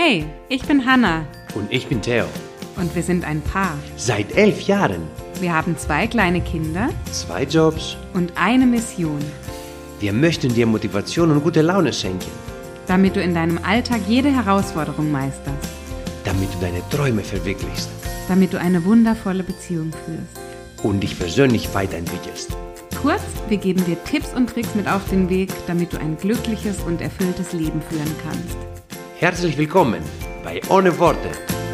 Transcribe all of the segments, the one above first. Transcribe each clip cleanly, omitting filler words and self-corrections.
Hey, ich bin Hannah. Und ich bin Theo. Und wir sind ein Paar. Seit 11 Jahren. Wir haben 2 kleine Kinder. 2 Jobs. Und eine Mission. Wir möchten dir Motivation und gute Laune schenken. Damit du in deinem Alltag jede Herausforderung meisterst. Damit du deine Träume verwirklichst. Damit du eine wundervolle Beziehung führst. Und dich persönlich weiterentwickelst. Kurz, wir geben dir Tipps und Tricks mit auf den Weg, damit du ein glückliches und erfülltes Leben führen kannst. Herzlich willkommen bei Ohne Worte.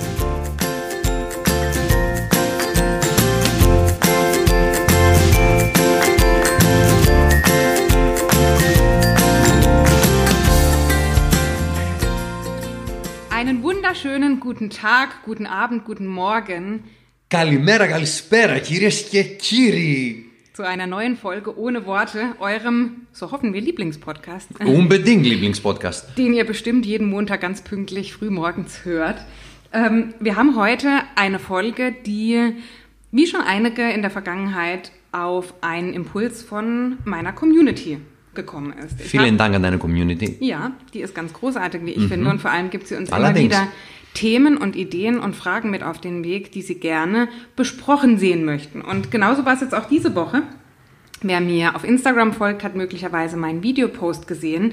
Einen wunderschönen guten Tag, guten Abend, guten Morgen. Kalimera, kalispera, κυρίες και κύριοι. Zu einer neuen Folge Ohne Worte, eurem, so hoffen wir, Lieblingspodcast. Unbedingt Lieblingspodcast. Den ihr bestimmt jeden Montag ganz pünktlich frühmorgens hört. Wir haben heute eine Folge, die, wie schon einige in der Vergangenheit, auf einen Impuls von meiner Community gekommen ist. Vielen Dank an deine Community. Ja, die ist ganz großartig, wie ich finde. Und vor allem gibt sie uns Allerdings immer wieder Themen und Ideen und Fragen mit auf den Weg, die sie gerne besprochen sehen möchten. Und genauso war es jetzt auch diese Woche. Wer mir auf Instagram folgt, hat möglicherweise meinen Videopost gesehen.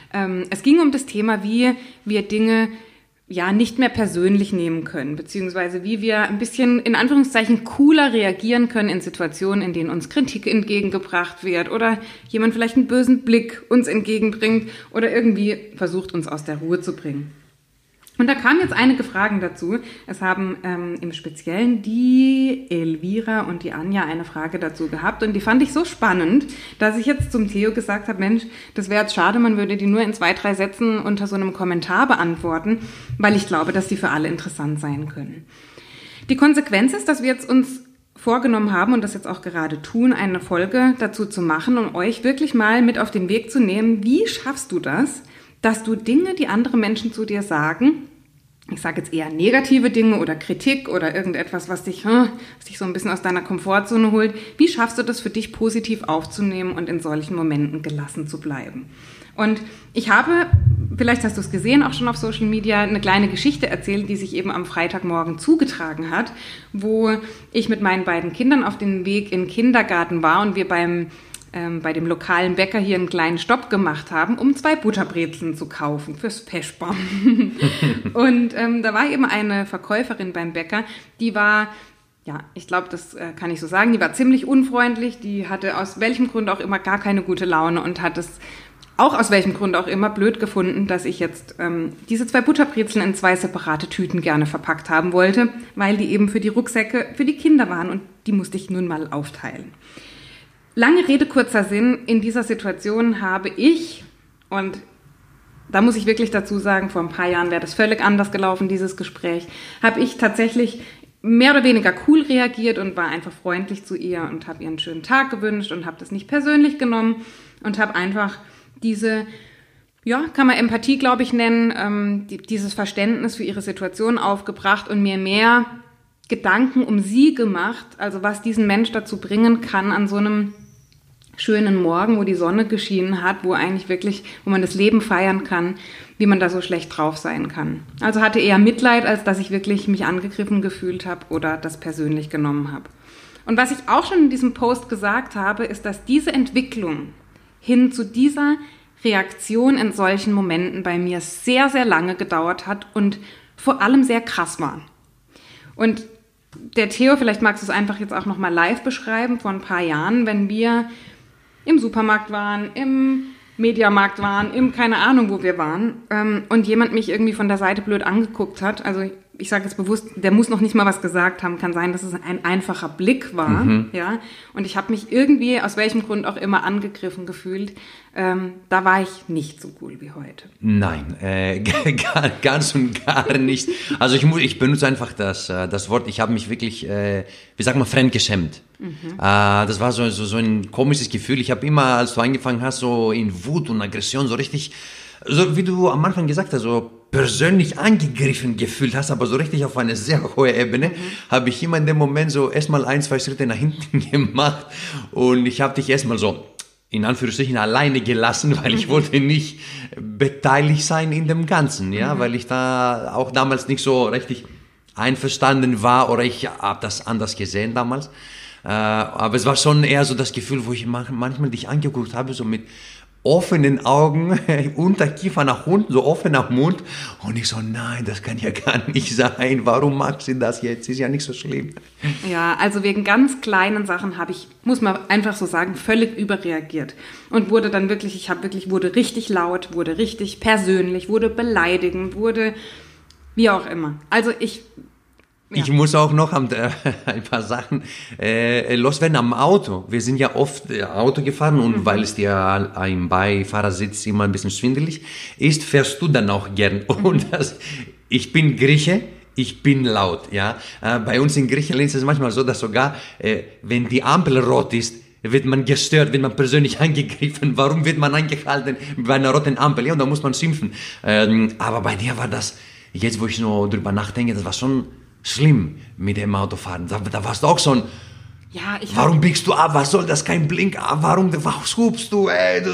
Es ging um das Thema, wie wir Dinge nicht mehr persönlich nehmen können, beziehungsweise wie wir ein bisschen, in Anführungszeichen, cooler reagieren können in Situationen, in denen uns Kritik entgegengebracht wird oder jemand vielleicht einen bösen Blick uns entgegenbringt oder irgendwie versucht, uns aus der Ruhe zu bringen. Und da kamen jetzt einige Fragen dazu. Es haben im Speziellen die Elvira und die Anja eine Frage dazu gehabt. Und die fand ich so spannend, dass ich jetzt zum Theo gesagt habe, Mensch, das wäre jetzt schade, man würde die nur in 2, 3 Sätzen unter so einem Kommentar beantworten, weil ich glaube, dass die für alle interessant sein können. Die Konsequenz ist, dass wir jetzt uns vorgenommen haben und das jetzt auch gerade tun, eine Folge dazu zu machen, um euch wirklich mal mit auf den Weg zu nehmen, wie schaffst du das, dass du Dinge, die andere Menschen zu dir sagen, ich sage jetzt eher negative Dinge oder Kritik oder irgendetwas, was dich so ein bisschen aus deiner Komfortzone holt, wie schaffst du das für dich positiv aufzunehmen und in solchen Momenten gelassen zu bleiben? Und ich habe, vielleicht hast du es gesehen, auch schon auf Social Media, eine kleine Geschichte erzählt, die sich eben am Freitagmorgen zugetragen hat, wo ich mit meinen beiden Kindern auf dem Weg in den Kindergarten war und wir bei dem lokalen Bäcker hier einen kleinen Stopp gemacht haben, um 2 Butterbrezeln zu kaufen fürs Peschbam. Und da war eben eine Verkäuferin beim Bäcker, die war, ich glaube, das kann ich so sagen, die war ziemlich unfreundlich, die hatte aus welchem Grund auch immer gar keine gute Laune und hat es auch aus welchem Grund auch immer blöd gefunden, dass ich jetzt diese 2 Butterbrezeln in 2 separate Tüten gerne verpackt haben wollte, weil die eben für die Rucksäcke für die Kinder waren und die musste ich nun mal aufteilen. Lange Rede, kurzer Sinn, in dieser Situation habe ich, und da muss ich wirklich dazu sagen, vor ein paar Jahren wäre das völlig anders gelaufen, dieses Gespräch, habe ich tatsächlich mehr oder weniger cool reagiert und war einfach freundlich zu ihr und habe ihr einen schönen Tag gewünscht und habe das nicht persönlich genommen und habe einfach diese, kann man Empathie, glaube ich, nennen, dieses Verständnis für ihre Situation aufgebracht und mir mehr Gedanken um sie gemacht, also was diesen Mensch dazu bringen kann, an so einem schönen Morgen, wo die Sonne geschienen hat, wo man das Leben feiern kann, wie man da so schlecht drauf sein kann. Also hatte eher Mitleid, als dass ich wirklich mich angegriffen gefühlt habe oder das persönlich genommen habe. Und was ich auch schon in diesem Post gesagt habe, ist, dass diese Entwicklung hin zu dieser Reaktion in solchen Momenten bei mir sehr, sehr lange gedauert hat und vor allem sehr krass war. Und der Theo, vielleicht magst du es einfach jetzt auch nochmal live beschreiben, vor ein paar Jahren, wenn wir im Supermarkt waren, im Mediamarkt waren, im keine Ahnung, wo wir waren, und jemand mich irgendwie von der Seite blöd angeguckt hat, also ich sage jetzt bewusst, der muss noch nicht mal was gesagt haben, kann sein, dass es ein einfacher Blick war, und ich habe mich irgendwie, aus welchem Grund auch immer, angegriffen gefühlt. Da war ich nicht so cool wie heute. Nein, ganz und gar nicht. Also ich benutze einfach das Wort, ich habe mich wirklich, fremdgeschämt. Das war so ein komisches Gefühl. Ich habe immer, als du angefangen hast, so in Wut und Aggression, so richtig, so wie du am Anfang gesagt hast, so persönlich angegriffen gefühlt hast, aber so richtig auf eine sehr hohe Ebene, habe ich immer in dem Moment so erstmal 1, 2 Schritte nach hinten gemacht und ich habe dich erstmal so in Anführungsstrichen alleine gelassen, weil ich wollte nicht beteiligt sein in dem Ganzen, ja, weil ich da auch damals nicht so richtig einverstanden war oder ich habe das anders gesehen damals. Aber es war schon eher so das Gefühl, wo ich manchmal dich angeguckt habe, so mit offenen Augen, Unterkiefer nach unten, so offener Mund. Und ich so, nein, das kann ja gar nicht sein. Warum magst du das jetzt? Ist ja nicht so schlimm. Ja, also wegen ganz kleinen Sachen habe ich, muss man einfach so sagen, völlig überreagiert. Und wurde dann wirklich, wurde richtig laut, wurde richtig persönlich, wurde beleidigend, wurde wie auch immer. Also ich muss auch noch ein paar Sachen loswerden am Auto. Wir sind ja oft Auto gefahren und weil es dir im Beifahrersitz immer ein bisschen schwindelig ist, fährst du dann auch gern. Und ich bin Grieche, ich bin laut. Ja? Bei uns in Griechenland ist es manchmal so, dass sogar, wenn die Ampel rot ist, wird man gestört, wird man persönlich angegriffen. Warum wird man angehalten bei einer roten Ampel? Ja, und da muss man schimpfen. Aber bei dir war das, jetzt wo ich nur drüber nachdenke, das war schon schlimm mit dem Autofahren. Da warst du auch schon, ja, warum biegst du ab? Was soll das? Kein Blink ab? Warum hupst du?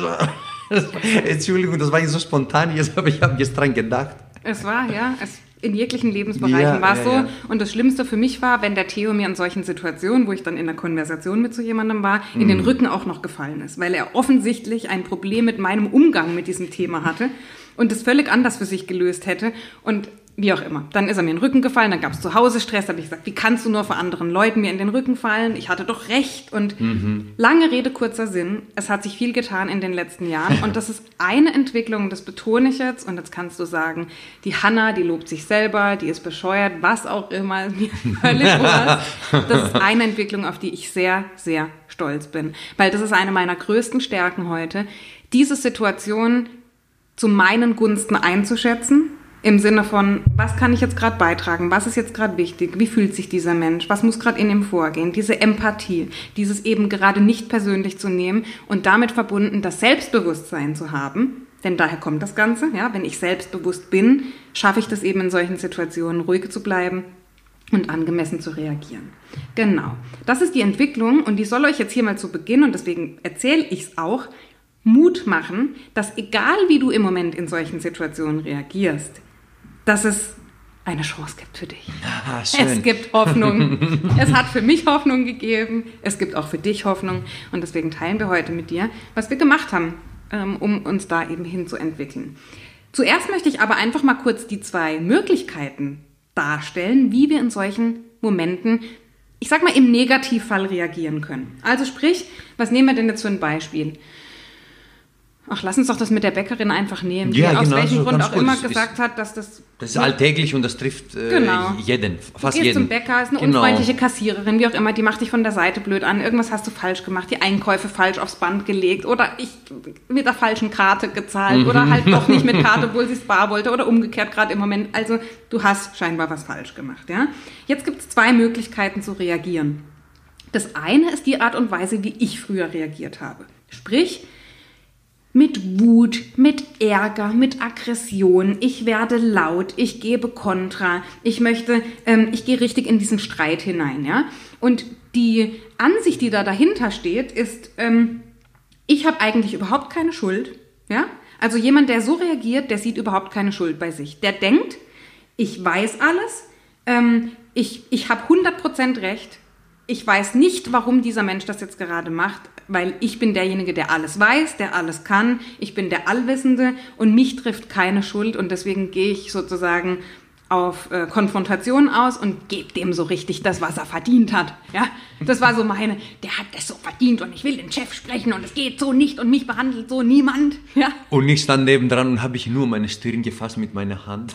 Entschuldigung, das war jetzt so spontan, aber ich habe jetzt dran gedacht. Es war, ja, in jeglichen Lebensbereichen war es so. Ja. Und das Schlimmste für mich war, wenn der Theo mir in solchen Situationen, wo ich dann in einer Konversation mit so jemandem war, in den Rücken auch noch gefallen ist. Weil er offensichtlich ein Problem mit meinem Umgang mit diesem Thema hatte und es völlig anders für sich gelöst hätte. Und wie auch immer. Dann ist er mir in den Rücken gefallen, dann gab es zu Hause Stress, da habe ich gesagt, wie kannst du nur vor anderen Leuten mir in den Rücken fallen? Ich hatte doch recht. Und lange Rede, kurzer Sinn, es hat sich viel getan in den letzten Jahren und das ist eine Entwicklung, das betone ich jetzt und jetzt kannst du sagen, die Hanna, die lobt sich selber, die ist bescheuert, was auch immer, mir völlig wurscht. Das ist eine Entwicklung, auf die ich sehr, sehr stolz bin, weil das ist eine meiner größten Stärken heute, diese Situation zu meinen Gunsten einzuschätzen. Im Sinne von, was kann ich jetzt gerade beitragen, was ist jetzt gerade wichtig, wie fühlt sich dieser Mensch, was muss gerade in ihm vorgehen, diese Empathie, dieses eben gerade nicht persönlich zu nehmen und damit verbunden das Selbstbewusstsein zu haben, denn daher kommt das Ganze, ja, wenn ich selbstbewusst bin, schaffe ich das eben in solchen Situationen ruhig zu bleiben und angemessen zu reagieren. Genau, das ist die Entwicklung und die soll euch jetzt hier mal zu Beginn, und deswegen erzähle ich es auch, Mut machen, dass egal wie du im Moment in solchen Situationen reagierst, dass es eine Chance gibt für dich. Ah, schön. Es gibt Hoffnung. Es hat für mich Hoffnung gegeben. Es gibt auch für dich Hoffnung. Und deswegen teilen wir heute mit dir, was wir gemacht haben, um uns da eben hinzuentwickeln. Zuerst möchte ich aber einfach mal kurz die 2 Möglichkeiten darstellen, wie wir in solchen Momenten, ich sag mal, im Negativfall reagieren können. Also sprich, was nehmen wir denn jetzt für ein Beispiel? Ach, lass uns doch das mit der Bäckerin einfach nehmen, die aus welchem Grund auch immer gesagt hat, dass das... Das ist alltäglich und das trifft jeden, fast jeden. Du gehst zum Bäcker, ist eine unfreundliche Kassiererin, wie auch immer, die macht dich von der Seite blöd an, irgendwas hast du falsch gemacht, die Einkäufe falsch aufs Band gelegt oder ich mit der falschen Karte gezahlt oder halt doch nicht mit Karte, obwohl sie es bar wollte oder umgekehrt gerade im Moment. Also du hast scheinbar was falsch gemacht, ja. Jetzt gibt es 2 Möglichkeiten zu reagieren. Das eine ist die Art und Weise, wie ich früher reagiert habe. Sprich, mit Wut, mit Ärger, mit Aggression, ich werde laut, ich gebe Kontra, ich gehe richtig in diesen Streit hinein, ja. Und die Ansicht, die da dahinter steht, ist, ich habe eigentlich überhaupt keine Schuld, ja. Also jemand, der so reagiert, der sieht überhaupt keine Schuld bei sich. Der denkt, ich weiß alles, ich habe 100% recht. Ich weiß nicht, warum dieser Mensch das jetzt gerade macht, weil ich bin derjenige, der alles weiß, der alles kann. Ich bin der Allwissende und mich trifft keine Schuld und deswegen gehe ich sozusagen auf Konfrontation aus und gebe dem so richtig das, was er verdient hat. Ja, das war so der hat das so verdient und ich will den Chef sprechen und es geht so nicht und mich behandelt so niemand. Ja. Und ich stand nebendran und habe ich nur meine Stirn gefasst mit meiner Hand.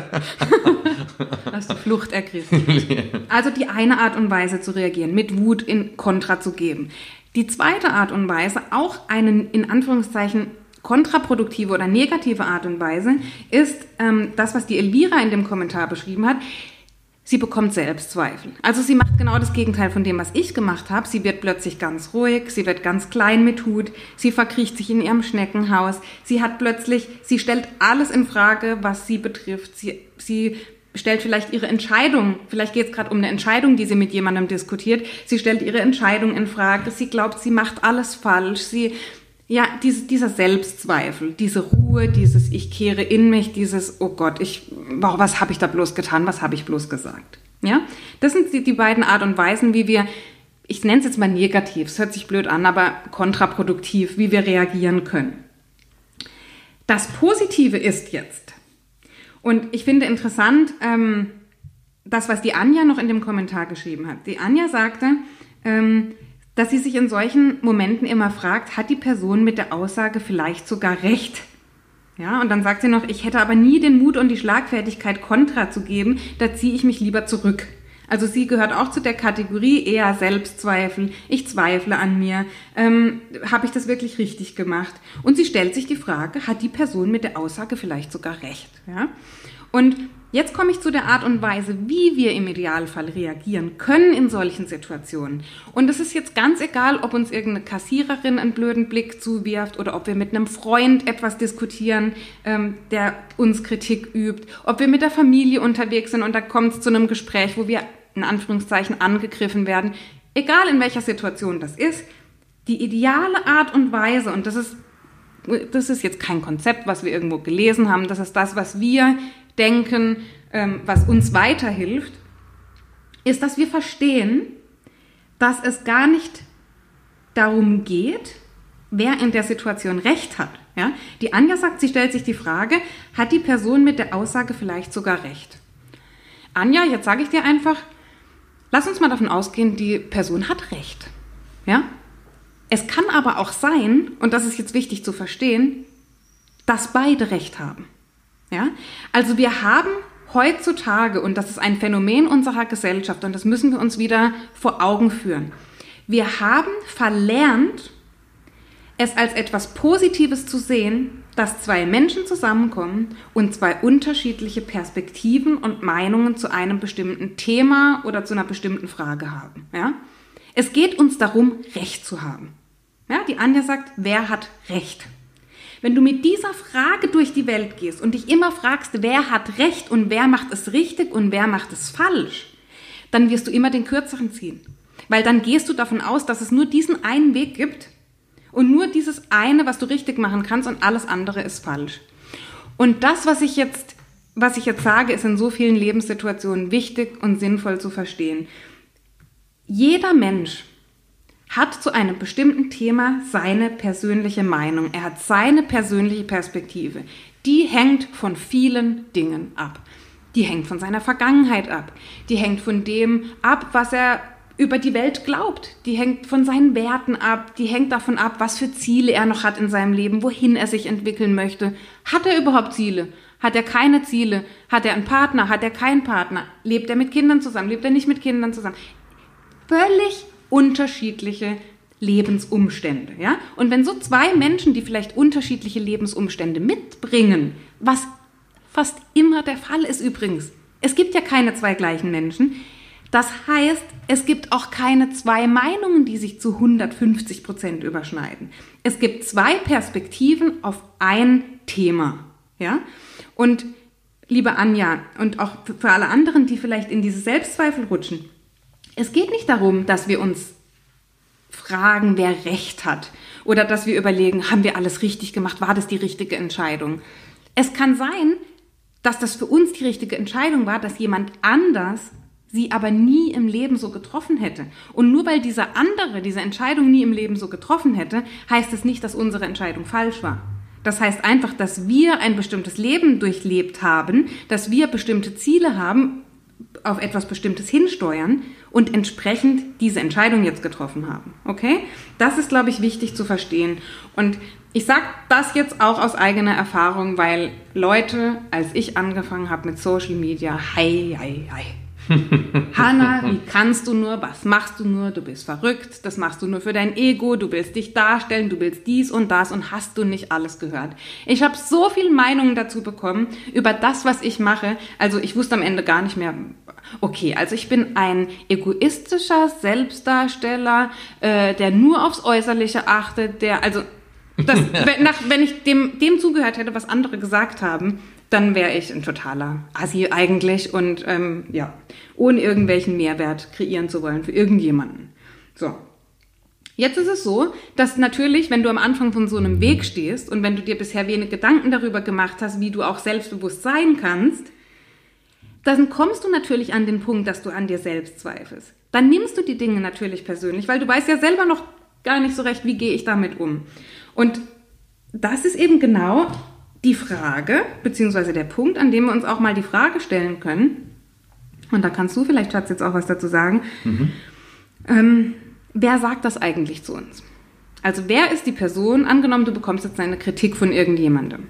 Hast du Flucht ergriffen. Also die eine Art und Weise zu reagieren, mit Wut in Kontra zu geben. Die zweite Art und Weise, auch einen in Anführungszeichen kontraproduktive oder negative Art und Weise, ist das, was die Elvira in dem Kommentar beschrieben hat. Sie bekommt Selbstzweifel. Also sie macht genau das Gegenteil von dem, was ich gemacht habe. Sie wird plötzlich ganz ruhig, sie wird ganz klein mit Hut, sie verkriecht sich in ihrem Schneckenhaus, sie stellt alles in Frage, was sie betrifft. Sie stellt vielleicht ihre Entscheidung, vielleicht geht es gerade um eine Entscheidung, die sie mit jemandem diskutiert, sie stellt ihre Entscheidung in Frage, sie glaubt, sie macht alles falsch, sie dieser Selbstzweifel, diese Ruhe, dieses ich kehre in mich, dieses oh Gott, was habe ich da bloß getan, was habe ich bloß gesagt. Ja, das sind die beiden Art und Weisen, wie wir, ich nenne es jetzt mal negativ, es hört sich blöd an, aber kontraproduktiv, wie wir reagieren können. Das Positive ist jetzt, und ich finde interessant, das, was die Anja noch in dem Kommentar geschrieben hat. Die Anja sagte, dass sie sich in solchen Momenten immer fragt, hat die Person mit der Aussage vielleicht sogar recht? Ja, und dann sagt sie noch, ich hätte aber nie den Mut und die Schlagfertigkeit, Kontra zu geben, da ziehe ich mich lieber zurück. Also sie gehört auch zu der Kategorie eher Selbstzweifel, ich zweifle an mir, habe ich das wirklich richtig gemacht? Und sie stellt sich die Frage, hat die Person mit der Aussage vielleicht sogar recht? Ja? Und jetzt komme ich zu der Art und Weise, wie wir im Idealfall reagieren können in solchen Situationen. Und es ist jetzt ganz egal, ob uns irgendeine Kassiererin einen blöden Blick zuwirft oder ob wir mit einem Freund etwas diskutieren, der uns Kritik übt, ob wir mit der Familie unterwegs sind und da kommt es zu einem Gespräch, wo wir in Anführungszeichen angegriffen werden. Egal in welcher Situation das ist, die ideale Art und Weise, und das ist jetzt kein Konzept, was wir irgendwo gelesen haben, das ist das, was wir denken, was uns weiterhilft, ist, dass wir verstehen, dass es gar nicht darum geht, wer in der Situation recht hat. Ja? Die Anja sagt, sie stellt sich die Frage, hat die Person mit der Aussage vielleicht sogar recht? Anja, jetzt sage ich dir einfach, lass uns mal davon ausgehen, die Person hat recht. Ja? Es kann aber auch sein, und das ist jetzt wichtig zu verstehen, dass beide recht haben. Ja? Also wir haben heutzutage, und das ist ein Phänomen unserer Gesellschaft, und das müssen wir uns wieder vor Augen führen, wir haben verlernt, es als etwas Positives zu sehen, dass zwei Menschen zusammenkommen und zwei unterschiedliche Perspektiven und Meinungen zu einem bestimmten Thema oder zu einer bestimmten Frage haben. Ja? Es geht uns darum, Recht zu haben. Ja? Die Anja sagt, wer hat Recht? Wenn du mit dieser Frage durch die Welt gehst und dich immer fragst, wer hat Recht und wer macht es richtig und wer macht es falsch, dann wirst du immer den Kürzeren ziehen. Weil dann gehst du davon aus, dass es nur diesen einen Weg gibt und nur dieses eine, was du richtig machen kannst und alles andere ist falsch. Und das, was ich jetzt sage, ist in so vielen Lebenssituationen wichtig und sinnvoll zu verstehen. Jeder Mensch hat zu einem bestimmten Thema seine persönliche Meinung. Er hat seine persönliche Perspektive. Die hängt von vielen Dingen ab. Die hängt von seiner Vergangenheit ab. Die hängt von dem ab, was er über die Welt glaubt. Die hängt von seinen Werten ab. Die hängt davon ab, was für Ziele er noch hat in seinem Leben, wohin er sich entwickeln möchte. Hat er überhaupt Ziele? Hat er keine Ziele? Hat er einen Partner? Hat er keinen Partner? Lebt er mit Kindern zusammen? Lebt er nicht mit Kindern zusammen? Völlig unterschiedliche Lebensumstände. Ja? Und wenn so zwei Menschen, die vielleicht unterschiedliche Lebensumstände mitbringen, was fast immer der Fall ist übrigens, es gibt ja keine zwei gleichen Menschen, das heißt, es gibt auch keine zwei Meinungen, die sich zu 150% überschneiden. Es gibt zwei Perspektiven auf ein Thema. Ja? Und liebe Anja und auch für alle anderen, die vielleicht in diese Selbstzweifel rutschen, es geht nicht darum, dass wir uns fragen, wer Recht hat oder dass wir überlegen, haben wir alles richtig gemacht, war das die richtige Entscheidung? Es kann sein, dass das für uns die richtige Entscheidung war, dass jemand anders sie aber nie im Leben so getroffen hätte. Und nur weil dieser andere diese Entscheidung nie im Leben so getroffen hätte, heißt es nicht, dass unsere Entscheidung falsch war. Das heißt einfach, dass wir ein bestimmtes Leben durchlebt haben, dass wir bestimmte Ziele haben, auf etwas Bestimmtes hinsteuern und entsprechend diese Entscheidung jetzt getroffen haben. Okay? Das ist, glaube ich, wichtig zu verstehen. Und ich sage das jetzt auch aus eigener Erfahrung, weil Leute, als ich angefangen habe mit Social Media, Hanna, wie kannst du nur, was machst du nur, du bist verrückt, das machst du nur für dein Ego, du willst dich darstellen, du willst dies und das und hast du nicht alles gehört. Ich habe so viele Meinungen dazu bekommen, über das, was ich mache, also ich wusste am Ende gar nicht mehr, okay, also ich bin ein egoistischer Selbstdarsteller, der nur aufs Äußerliche achtet, wenn ich dem zugehört hätte, was andere gesagt haben, dann wäre ich ein totaler Assi eigentlich und ohne irgendwelchen Mehrwert kreieren zu wollen für irgendjemanden. So, Jetzt ist es so, dass natürlich, wenn du am Anfang von so einem Weg stehst und wenn du dir bisher wenig Gedanken darüber gemacht hast, wie du auch selbstbewusst sein kannst, dann kommst du natürlich an den Punkt, dass du an dir selbst zweifelst. Dann nimmst du die Dinge natürlich persönlich, weil du weißt ja selber noch gar nicht so recht, wie gehe ich damit um. Und das ist eben genau die Frage, beziehungsweise der Punkt, an dem wir uns auch mal die Frage stellen können. Und da kannst du vielleicht, Schatz, jetzt auch was dazu sagen. Wer sagt das eigentlich zu uns? Also wer ist die Person, angenommen, du bekommst jetzt eine Kritik von irgendjemandem.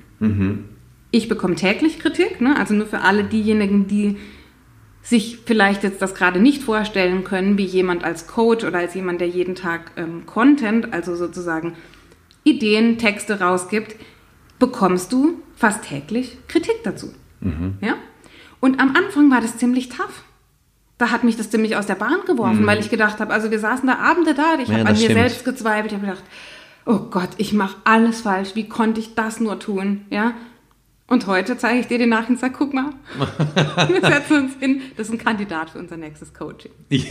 Ich bekomme täglich Kritik, ne? Also nur für alle diejenigen, die sich vielleicht jetzt das gerade nicht vorstellen können, wie jemand als Coach oder als jemand, der jeden Tag Content, also sozusagen Ideen, Texte rausgibt, bekommst du fast täglich Kritik dazu. Ja? Und am Anfang war das ziemlich tough. Da hat mich das ziemlich aus der Bahn geworfen, weil ich gedacht habe, also wir saßen da Abende da, ich habe an mir selbst gezweifelt, ich habe gedacht, oh Gott, ich mache alles falsch, wie konnte ich das nur tun, ja? Und heute zeige ich dir den nach und sage, guck mal, wir setzen uns hin, das ist ein Kandidat für unser nächstes Coaching. Ja?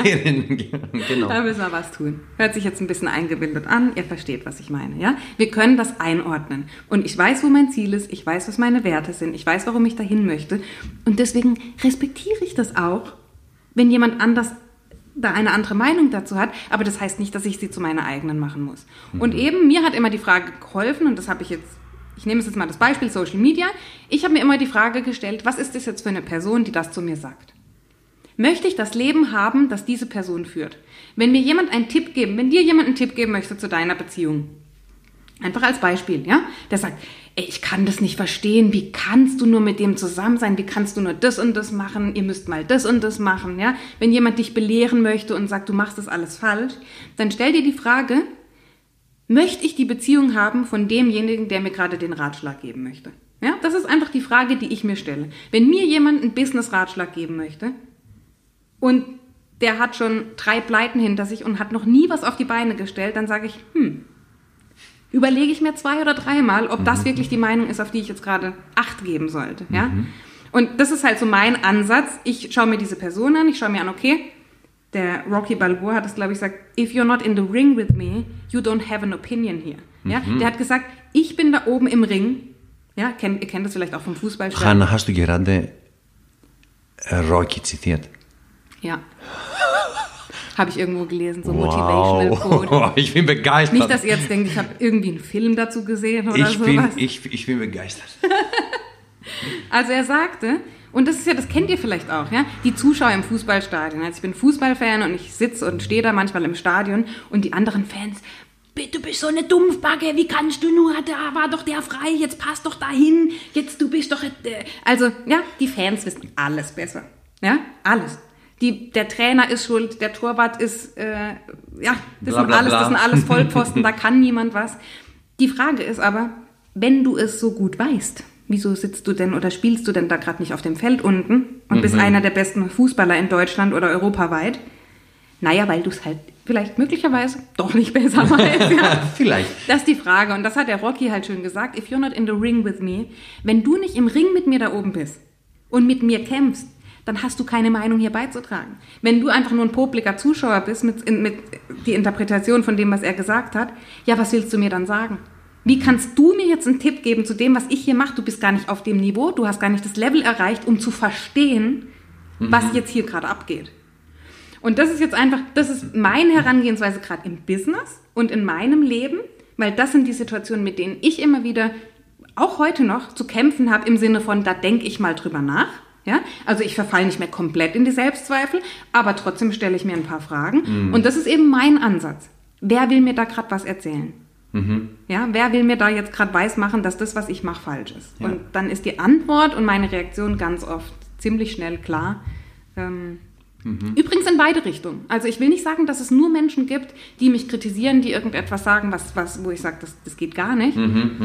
Genau. Da müssen wir was tun. Hört sich jetzt ein bisschen eingebildet an, ihr versteht, was ich meine, ja? Wir können das einordnen und ich weiß, wo mein Ziel ist, ich weiß, was meine Werte sind, ich weiß, warum ich dahin möchte und deswegen respektiere ich das auch, wenn jemand anders da eine andere Meinung dazu hat, aber das heißt nicht, dass ich sie zu meiner eigenen machen muss. Und eben, mir hat immer die Frage geholfen, und das habe ich jetzt, ich nehme jetzt mal das Beispiel Social Media, ich habe mir immer die Frage gestellt, was ist das jetzt für eine Person, die das zu mir sagt? Möchte ich das Leben haben, das diese Person führt? Wenn mir jemand einen Tipp geben, wenn dir jemand einen Tipp geben möchte zu deiner Beziehung, einfach als Beispiel, ja, der sagt, ey, ich kann das nicht verstehen, wie kannst du nur mit dem zusammen sein, wie kannst du nur das und das machen, ihr müsst mal das und das machen, ja. Wenn jemand dich belehren möchte und sagt, du machst das alles falsch, dann stell dir die Frage, möchte ich die Beziehung haben von demjenigen, der mir gerade den Ratschlag geben möchte? Ja, das ist einfach die Frage, die ich mir stelle. Wenn mir jemand einen Business-Ratschlag geben möchte und der hat schon 3 Pleiten hinter sich und hat noch nie was auf die Beine gestellt, dann sage ich, überlege ich mir 2 oder 3 Mal, ob das wirklich die Meinung ist, auf die ich jetzt gerade Acht geben sollte. Ja? Und das ist halt so mein Ansatz. Ich schaue mir diese Person an, ich schaue mir an, okay, der Rocky Balboa hat es, glaube ich, gesagt, if you're not in the ring with me, you don't have an opinion here. Ja? Der hat gesagt, ich bin da oben im Ring. Ja? Ihr kennt das vielleicht auch vom Fußballspiel. Hanna, hast du gerade Rocky zitiert? Ja. Habe ich irgendwo gelesen, so Motivational Quote. Ich bin begeistert. Nicht, dass ihr jetzt denkt, ich habe irgendwie einen Film dazu gesehen oder sowas. Ich bin begeistert. Also er sagte, und das ist ja, das kennt ihr vielleicht auch, ja, die Zuschauer im Fußballstadion. Also ich bin Fußballfan und ich sitze und stehe da manchmal im Stadion und die anderen Fans, du bist so eine Dumpfbacke, wie kannst du nur, da war doch der frei, jetzt passt doch dahin, jetzt du bist doch, also ja, die Fans wissen alles besser, ja, alles. Der Trainer ist schuld, der Torwart ist, das sind alles Vollpfosten, da kann niemand was. Die Frage ist aber, wenn du es so gut weißt, wieso sitzt du denn oder spielst du denn da gerade nicht auf dem Feld unten und bist einer der besten Fußballer in Deutschland oder europaweit? Naja, weil du es halt vielleicht möglicherweise doch nicht besser weißt. Ja. Vielleicht. Das ist die Frage und das hat der Rocky halt schön gesagt, if you're not in the ring with me, wenn du nicht im Ring mit mir da oben bist und mit mir kämpfst, dann hast du keine Meinung hier beizutragen. Wenn du einfach nur ein popliger Zuschauer bist mit die Interpretation von dem, was er gesagt hat, ja, was willst du mir dann sagen? Wie kannst du mir jetzt einen Tipp geben zu dem, was ich hier mache? Du bist gar nicht auf dem Niveau, du hast gar nicht das Level erreicht, um zu verstehen, was jetzt hier gerade abgeht. Und das ist jetzt einfach, das ist meine Herangehensweise gerade im Business und in meinem Leben, weil das sind die Situationen, mit denen ich immer wieder, auch heute noch, zu kämpfen habe, im Sinne von, da denke ich mal drüber nach. Ja, also ich verfalle nicht mehr komplett in die Selbstzweifel, aber trotzdem stelle ich mir ein paar Fragen. Und das ist eben mein Ansatz. Wer will mir da gerade was erzählen? Ja, wer will mir da jetzt gerade weismachen, dass das, was ich mache, falsch ist? Ja. Und dann ist die Antwort und meine Reaktion ganz oft ziemlich schnell klar. Übrigens in beide Richtungen. Also ich will nicht sagen, dass es nur Menschen gibt, die mich kritisieren, die irgendetwas sagen, wo ich sage, das geht gar nicht.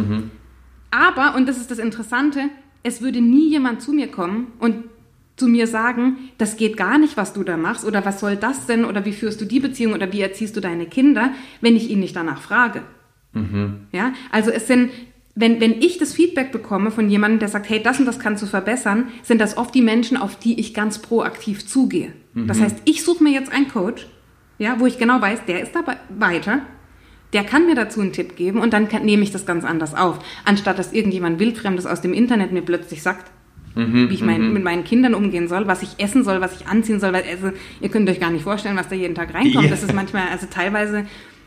Aber, und das ist das Interessante, es würde nie jemand zu mir kommen und zu mir sagen, das geht gar nicht, was du da machst oder was soll das denn oder wie führst du die Beziehung oder wie erziehst du deine Kinder, wenn ich ihn nicht danach frage. Ja, also es sind, wenn ich das Feedback bekomme von jemandem, der sagt, hey, das und das kannst du verbessern, sind das oft die Menschen, auf die ich ganz proaktiv zugehe. Das heißt, ich suche mir jetzt einen Coach ja, wo ich genau weiß, der ist dabei weiter, der kann mir dazu einen Tipp geben und dann nehme ich das ganz anders auf, anstatt dass irgendjemand Wildfremdes aus dem Internet mir plötzlich sagt, wie ich mit meinen Kindern umgehen soll, was ich essen soll, was ich anziehen soll, weil also, ihr könnt euch gar nicht vorstellen, was da jeden Tag reinkommt. Yeah. Das ist manchmal, also teilweise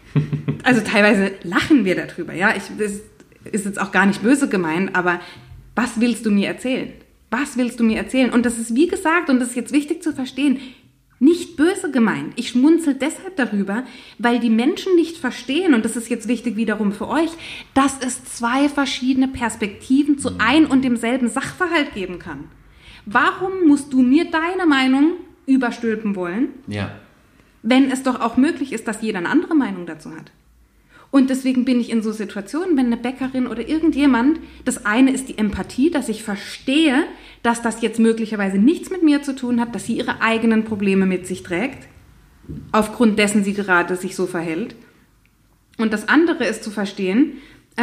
lachen wir darüber, ja, das ist jetzt auch gar nicht böse gemeint, aber was willst du mir erzählen? Was willst du mir erzählen? Und das ist, wie gesagt, und das ist jetzt wichtig zu verstehen, nicht böse gemeint. Ich schmunzel deshalb darüber, weil die Menschen nicht verstehen, und das ist jetzt wichtig wiederum für euch, dass es 2 verschiedene Perspektiven zu ein und demselben Sachverhalt geben kann. Warum musst du mir deine Meinung überstülpen wollen, wenn es doch auch möglich ist, dass jeder eine andere Meinung dazu hat? Und deswegen bin ich in so Situationen, wenn eine Bäckerin oder irgendjemand, das eine ist die Empathie, dass ich verstehe, dass das jetzt möglicherweise nichts mit mir zu tun hat, dass sie ihre eigenen Probleme mit sich trägt, aufgrund dessen sie gerade sich so verhält. Und das andere ist zu verstehen,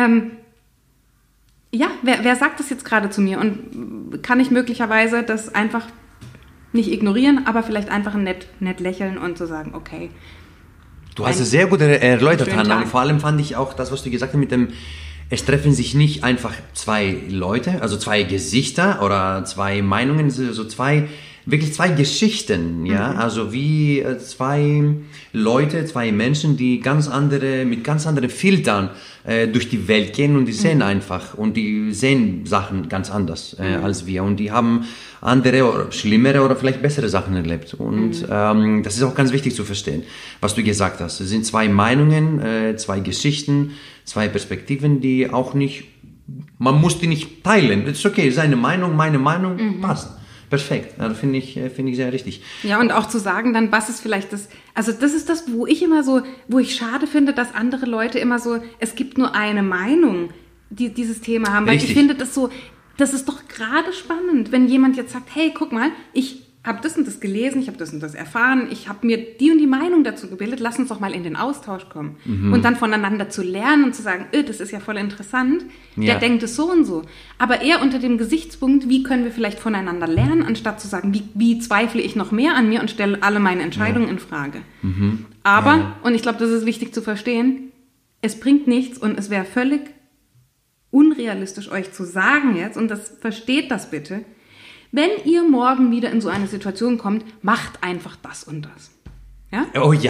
wer sagt das jetzt gerade zu mir? Und kann ich möglicherweise das einfach nicht ignorieren, aber vielleicht einfach nett lächeln und zu sagen, okay. Du hast es sehr gut erläutert, Hanna, und vor allem fand ich auch das, was du gesagt hast mit dem, es treffen sich nicht einfach 2 Leute, also 2 Gesichter oder 2 Meinungen, so 2 Geschichten, ja, also wie 2 Leute, 2 Menschen, die mit ganz anderen Filtern durch die Welt gehen und die sehen einfach und die sehen Sachen ganz anders als wir und die haben andere oder schlimmere oder vielleicht bessere Sachen erlebt und das ist auch ganz wichtig zu verstehen, was du gesagt hast. Es sind 2 Meinungen, 2 Geschichten, 2 Perspektiven, die auch nicht, man muss die nicht teilen. Es ist okay, seine Meinung, meine Meinung, passt. Perfekt, ja, finde ich sehr richtig. Ja, und auch zu sagen dann, was ist vielleicht das, also das ist das, wo ich schade finde, dass andere Leute immer so, es gibt nur eine Meinung, die dieses Thema haben. Weil ich finde das ist doch gerade spannend, wenn jemand jetzt sagt, hey, guck mal, ich habe das und das gelesen, ich habe das und das erfahren, ich habe mir die und die Meinung dazu gebildet, lass uns doch mal in den Austausch kommen. Und dann voneinander zu lernen und zu sagen, das ist ja voll interessant, der denkt es so und so. Aber eher unter dem Gesichtspunkt, wie können wir vielleicht voneinander lernen, anstatt zu sagen, wie zweifle ich noch mehr an mir und stelle alle meine Entscheidungen in Frage. Aber, und ich glaube, das ist wichtig zu verstehen, es bringt nichts und es wäre völlig unrealistisch, euch zu sagen jetzt, und versteht das bitte, wenn ihr morgen wieder in so eine Situation kommt, macht einfach das und das. Ja? Oh ja,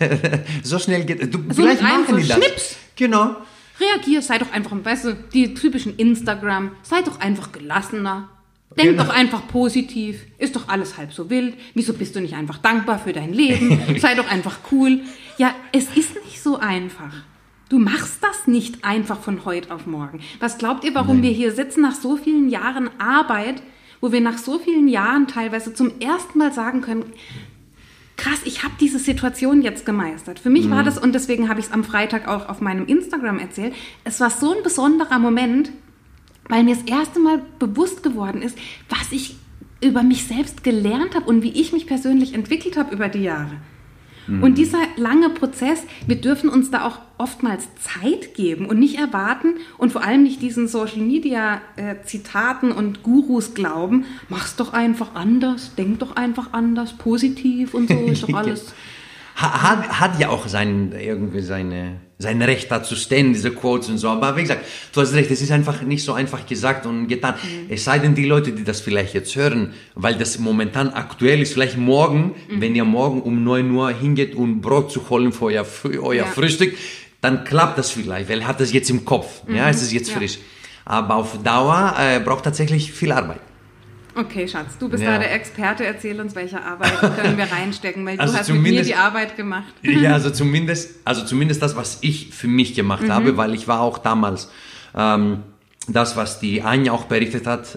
so schnell geht es. Vielleicht machen die das. Schnips. Genau. Reagier, sei doch einfach, weißt du, die typischen Instagram, sei doch einfach gelassener. Denk doch einfach positiv. Ist doch alles halb so wild. Wieso bist du nicht einfach dankbar für dein Leben? Sei doch einfach cool. Ja, es ist nicht so einfach. Du machst das nicht einfach von heute auf morgen. Was glaubt ihr, warum wir hier sitzen nach so vielen Jahren Arbeit, wo wir nach so vielen Jahren teilweise zum ersten Mal sagen können, krass, ich habe diese Situation jetzt gemeistert. Für mich war das, und deswegen habe ich es am Freitag auch auf meinem Instagram erzählt, es war so ein besonderer Moment, weil mir das erste Mal bewusst geworden ist, was ich über mich selbst gelernt habe und wie ich mich persönlich entwickelt habe über die Jahre. Und dieser lange Prozess, wir dürfen uns da auch oftmals Zeit geben und nicht erwarten und vor allem nicht diesen Social-Media-Zitaten und Gurus glauben, mach's doch einfach anders, denk doch einfach anders, positiv und so, ist doch alles. Hat ja auch sein Recht dazu stehen, diese Quotes und so. Aber wie gesagt, du hast recht, es ist einfach nicht so einfach gesagt und getan. Es sei denn, die Leute, die das vielleicht jetzt hören, weil das momentan aktuell ist, vielleicht morgen, wenn ihr morgen um 9 Uhr hingeht, um Brot zu holen für euer Frühstück, dann klappt das vielleicht, weil er hat das jetzt im Kopf. Ja, es ist jetzt frisch. Aber auf Dauer braucht tatsächlich viel Arbeit. Okay, Schatz, du bist da der Experte. Erzähl uns, welche Arbeit können wir reinstecken, weil du hast mit mir die Arbeit gemacht. Ja, also zumindest das, was ich für mich gemacht habe, weil ich war auch damals, das, was die Anja auch berichtet hat,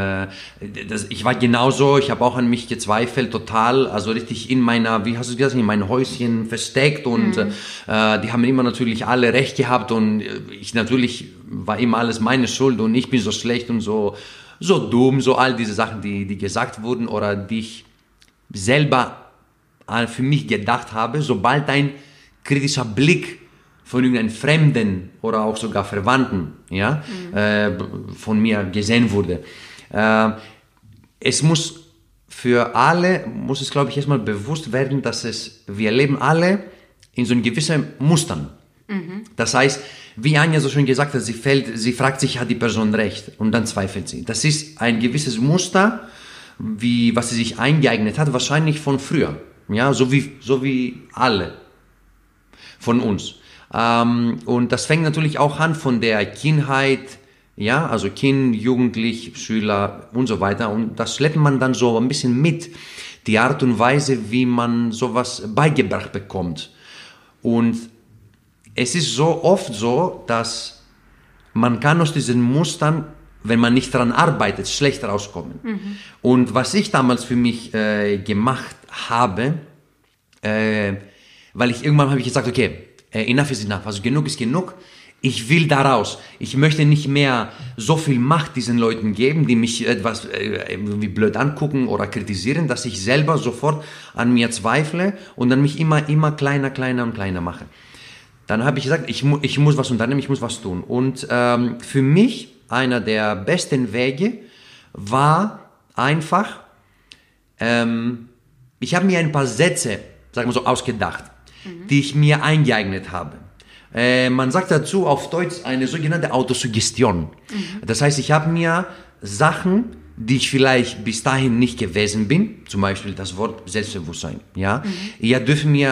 ich war genauso, ich habe auch an mich gezweifelt, total, also richtig in meiner, wie hast du gesagt, in mein Häuschen versteckt und die haben immer natürlich alle recht gehabt und ich natürlich war immer alles meine Schuld und ich bin so schlecht und so dumm, so all diese Sachen, die gesagt wurden oder die ich selber für mich gedacht habe, sobald ein kritischer Blick von irgendeinem Fremden oder auch sogar Verwandten von mir gesehen wurde. Es muss für alle muss es, glaube ich, erstmal bewusst werden, dass wir leben alle in so gewissen Mustern. Das heißt, wie Anja so schön gesagt hat, sie fragt sich, hat die Person recht? Und dann zweifelt sie. Das ist ein gewisses Muster, was sie sich eingeeignet hat, wahrscheinlich von früher. Ja, so wie alle von uns. Und das fängt natürlich auch an von der Kindheit, ja, also Kind, Jugendlich, Schüler und so weiter. Und das schleppt man dann so ein bisschen mit, die Art und Weise, wie man sowas beigebracht bekommt. Und es ist so oft so, dass man kann aus diesen Mustern, wenn man nicht daran arbeitet, schlecht rauskommen. Und was ich damals für mich gemacht habe, weil irgendwann habe ich gesagt, okay, enough is enough, also genug ist genug, ich will da raus. Ich möchte nicht mehr so viel Macht diesen Leuten geben, die mich etwas irgendwie blöd angucken oder kritisieren, dass ich selber sofort an mir zweifle und dann mich immer kleiner und kleiner mache. Dann habe ich gesagt, ich muss was unternehmen, ich muss was tun. Und für mich einer der besten Wege war einfach, ich habe mir ein paar Sätze, sagen wir so, ausgedacht, die ich mir eingeeignet habe. Man sagt dazu auf Deutsch eine sogenannte Autosuggestion. Das heißt, ich habe mir Sachen, die ich vielleicht bis dahin nicht gewesen bin, zum Beispiel das Wort Selbstbewusstsein, ja, ihr dürft mir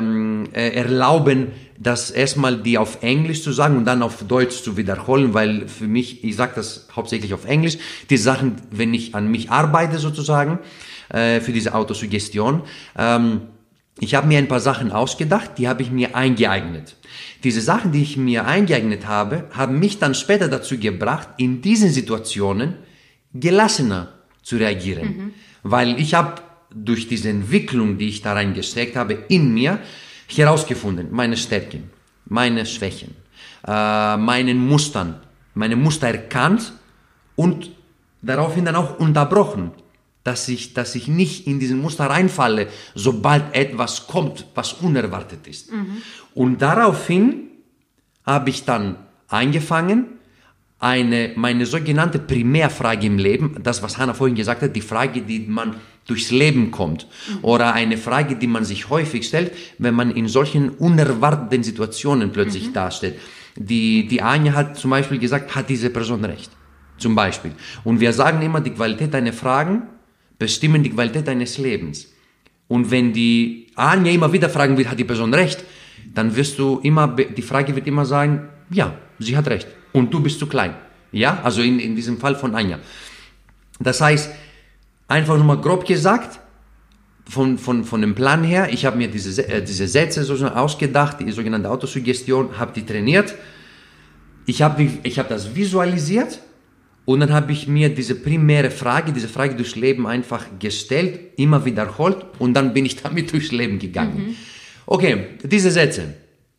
erlauben, das erstmal die auf Englisch zu sagen und dann auf Deutsch zu wiederholen, weil für mich, ich sage das hauptsächlich auf Englisch, die Sachen, wenn ich an mich arbeite sozusagen, für diese Autosuggestion, ich habe mir ein paar Sachen ausgedacht, die habe ich mir eingeeignet. Diese Sachen, die ich mir eingeeignet habe, haben mich dann später dazu gebracht, in diesen Situationen gelassener zu reagieren. Weil ich habe durch diese Entwicklung, die ich da reingesteckt habe, in mir herausgefunden, meine Stärken, meine Schwächen, meine Muster erkannt und daraufhin dann auch unterbrochen, dass ich nicht in diesen Muster reinfalle, sobald etwas kommt, was unerwartet ist. Und daraufhin habe ich dann angefangen, meine sogenannte Primärfrage im Leben, das, was Hannah vorhin gesagt hat, die Frage, die man durchs Leben kommt, oder eine Frage, die man sich häufig stellt, wenn man in solchen unerwarteten Situationen plötzlich dasteht. Die Anja hat zum Beispiel gesagt, hat diese Person recht? Zum Beispiel. Und wir sagen immer, die Qualität deiner Fragen bestimmen die Qualität deines Lebens. Und wenn die Anja immer wieder fragen wird, hat die Person recht, dann wirst du immer, die Frage wird immer sagen, ja, sie hat recht. Und du bist zu klein. Ja, also in diesem Fall von Anja. Das heißt, einfach nur mal grob gesagt, von dem Plan her, ich habe mir diese Sätze sozusagen ausgedacht, die sogenannte Autosuggestion, habe die trainiert. Ich habe das visualisiert und dann habe ich mir diese primäre Frage, diese Frage durchs Leben einfach gestellt, immer wiederholt und dann bin ich damit durchs Leben gegangen. Okay, diese Sätze,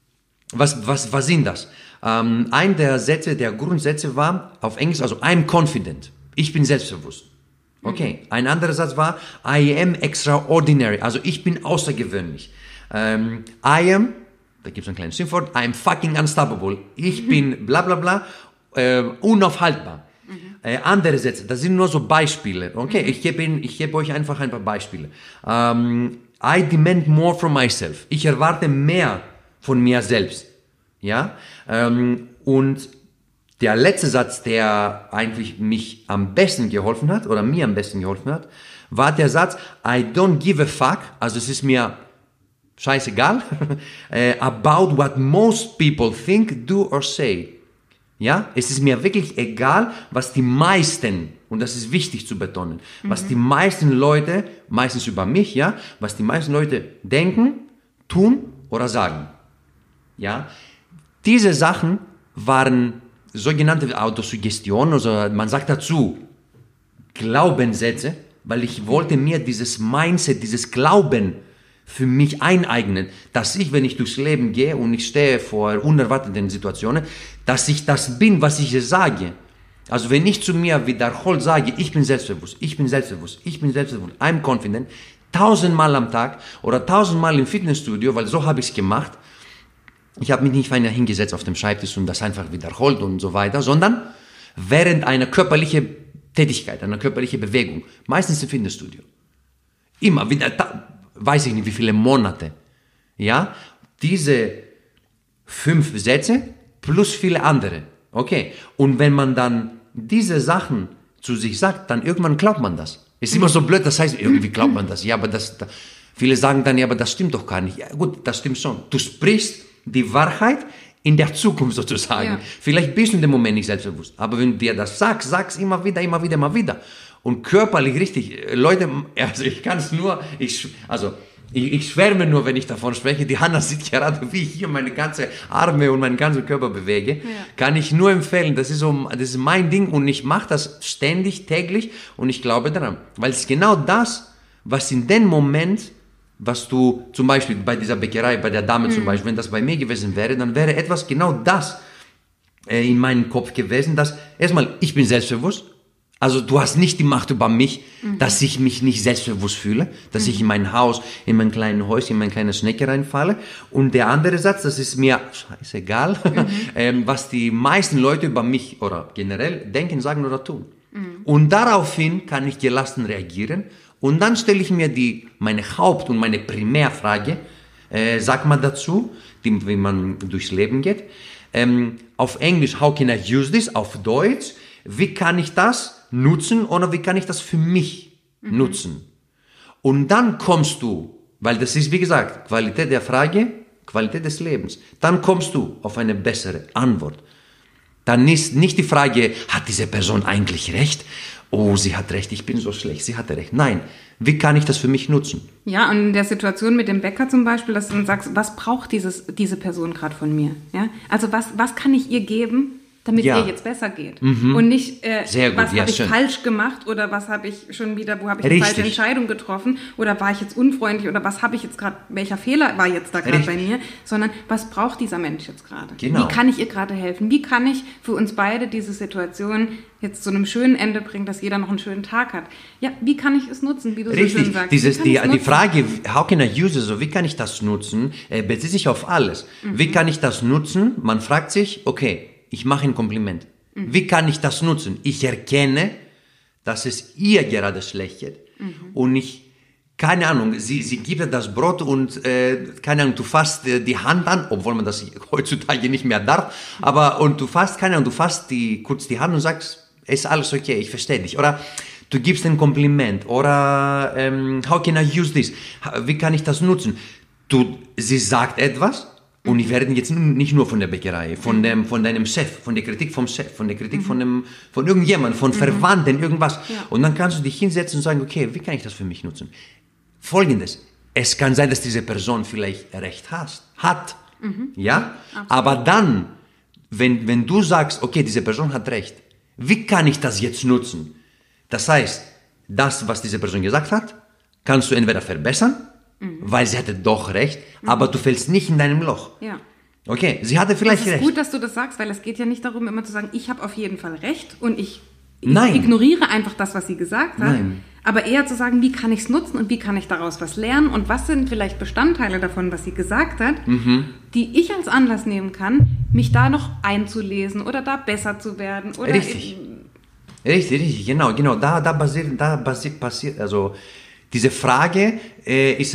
was sind das? Ein der Grundsätze war auf Englisch, also I'm confident, ich bin selbstbewusst. Okay, ein anderer Satz war I am extraordinary, also ich bin außergewöhnlich. I am, da gibt es ein kleines Schimpfwort, I am fucking unstoppable, ich bin bla bla bla, unaufhaltbar. Andere Sätze, das sind nur so Beispiele. Okay, ich gebe euch einfach ein paar Beispiele. I demand more from myself. Ich erwarte mehr von mir selbst. Ja? Und der letzte Satz, der eigentlich mich am besten geholfen hat, oder mir am besten geholfen hat, war der Satz, I don't give a fuck, also es ist mir scheißegal, about what most people think, do or say. Ja, es ist mir wirklich egal, was die meisten, und das ist wichtig zu betonen, was die meisten Leute, meistens über mich, ja, was die meisten Leute denken, tun oder sagen. Ja, diese Sachen waren sogenannte Autosuggestion, also man sagt dazu Glaubenssätze, weil ich wollte mir dieses Mindset, dieses Glauben für mich eineignen, dass ich, wenn ich durchs Leben gehe und ich stehe vor unerwarteten Situationen, dass ich das bin, was ich sage. Also wenn ich zu mir wiederholt sage, ich bin selbstbewusst, ich bin selbstbewusst, ich bin selbstbewusst, I'm confident, 1000-mal am Tag oder 1000-mal im Fitnessstudio, weil so habe ich es gemacht. Ich habe mich nicht einfach hingesetzt auf dem Schreibtisch und das einfach wiederholt und so weiter, sondern während einer körperlichen Tätigkeit, einer körperlichen Bewegung, meistens im Fitnessstudio. Immer wieder, weiß ich nicht wie viele Monate. Ja, diese 5 Sätze plus viele andere. Okay, und wenn man dann diese Sachen zu sich sagt, dann irgendwann glaubt man das. Ist immer so blöd, das heißt, irgendwie glaubt man das. Ja, aber viele sagen dann, ja, aber das stimmt doch gar nicht. Ja, gut, das stimmt schon. Du sprichst die Wahrheit in der Zukunft sozusagen. Ja. Vielleicht bist du in dem Moment nicht selbstbewusst. Aber wenn du dir das sagst, sag's immer wieder, immer wieder, immer wieder. Und körperlich richtig. Leute, also ich kann es nur, ich schwärme nur, wenn ich davon spreche. Die Hanna sieht gerade, wie ich hier meine ganze Arme und meinen ganzen Körper bewege. Ja. Kann ich nur empfehlen. Das ist mein Ding und ich mache das ständig, täglich und ich glaube daran. Weil es genau das, was in dem Moment, was du zum Beispiel bei dieser Bäckerei, bei der Dame zum Beispiel, wenn das bei mir gewesen wäre, dann wäre etwas genau das in meinem Kopf gewesen, dass erstmal, ich bin selbstbewusst. Also du hast nicht die Macht über mich, dass ich mich nicht selbstbewusst fühle, dass ich in mein Haus, in mein kleines Häuschen, in mein kleines Schnecke reinfalle. Und der andere Satz, das ist mir scheißegal, was die meisten Leute über mich oder generell denken, sagen oder tun. Und daraufhin kann ich gelassen reagieren und dann stelle ich mir meine Haupt- und meine Primärfrage, sag mal dazu, wie man durchs Leben geht. Auf Englisch, how can I use this? Auf Deutsch, wie kann ich das nutzen oder wie kann ich das für mich nutzen? Und dann kommst du, weil das ist wie gesagt Qualität der Frage, Qualität des Lebens, dann kommst du auf eine bessere Antwort. Dann ist nicht die Frage, hat diese Person eigentlich recht? Oh, sie hat recht, ich bin so schlecht, sie hatte recht. Nein, wie kann ich das für mich nutzen? Ja, und in der Situation mit dem Bäcker zum Beispiel, dass du dann sagst, was braucht diese Person gerade von mir? Ja? Also was kann ich ihr geben, damit es ihr jetzt besser geht. Und nicht, was habe ich falsch gemacht oder was habe ich schon wieder, wo habe ich eine falsche Entscheidung getroffen oder war ich jetzt unfreundlich oder was habe ich jetzt gerade, welcher Fehler war jetzt da gerade bei mir, sondern was braucht dieser Mensch jetzt gerade? Genau. Wie kann ich ihr gerade helfen? Wie kann ich für uns beide diese Situation jetzt zu einem schönen Ende bringen, dass jeder noch einen schönen Tag hat? Ja, wie kann ich es nutzen, wie du so schön sagst? Die Frage, how can I use it, so wie kann ich das nutzen, bezieht sich auf alles. Wie kann ich das nutzen? Man fragt sich, okay, ich mache ein Kompliment. Wie kann ich das nutzen? Ich erkenne, dass es ihr gerade schlecht geht. Und keine Ahnung, sie gibt dir das Brot und, keine Ahnung, du fasst die Hand an, obwohl man das heutzutage nicht mehr darf, und du fasst kurz die Hand und sagst, ist alles okay, ich verstehe dich. Oder du gibst ein Kompliment. Oder, how can I use this? Wie kann ich das nutzen? Sie sagt etwas. Und ich werde jetzt nicht nur von der Bäckerei, von deinem Chef, von der Kritik vom Chef, von der Kritik von irgendjemandem, von Verwandten, irgendwas. Ja. Und dann kannst du dich hinsetzen und sagen, okay, wie kann ich das für mich nutzen? Folgendes, es kann sein, dass diese Person vielleicht recht hat. Ja? Absolut. Aber dann, wenn du sagst, okay, diese Person hat recht, wie kann ich das jetzt nutzen? Das heißt, das, was diese Person gesagt hat, kannst du entweder verbessern, weil sie hatte doch recht, aber du fällst nicht in deinem Loch. Ja. Okay, sie hatte vielleicht recht. Es ist gut, dass du das sagst, weil es geht ja nicht darum, immer zu sagen, ich habe auf jeden Fall recht und ich ignoriere einfach das, was sie gesagt hat. Nein. Aber eher zu sagen, wie kann ich es nutzen und wie kann ich daraus was lernen und was sind vielleicht Bestandteile davon, was sie gesagt hat, die ich als Anlass nehmen kann, mich da noch einzulesen oder da besser zu werden. Oder Richtig, genau. Da passiert, also diese Frage ist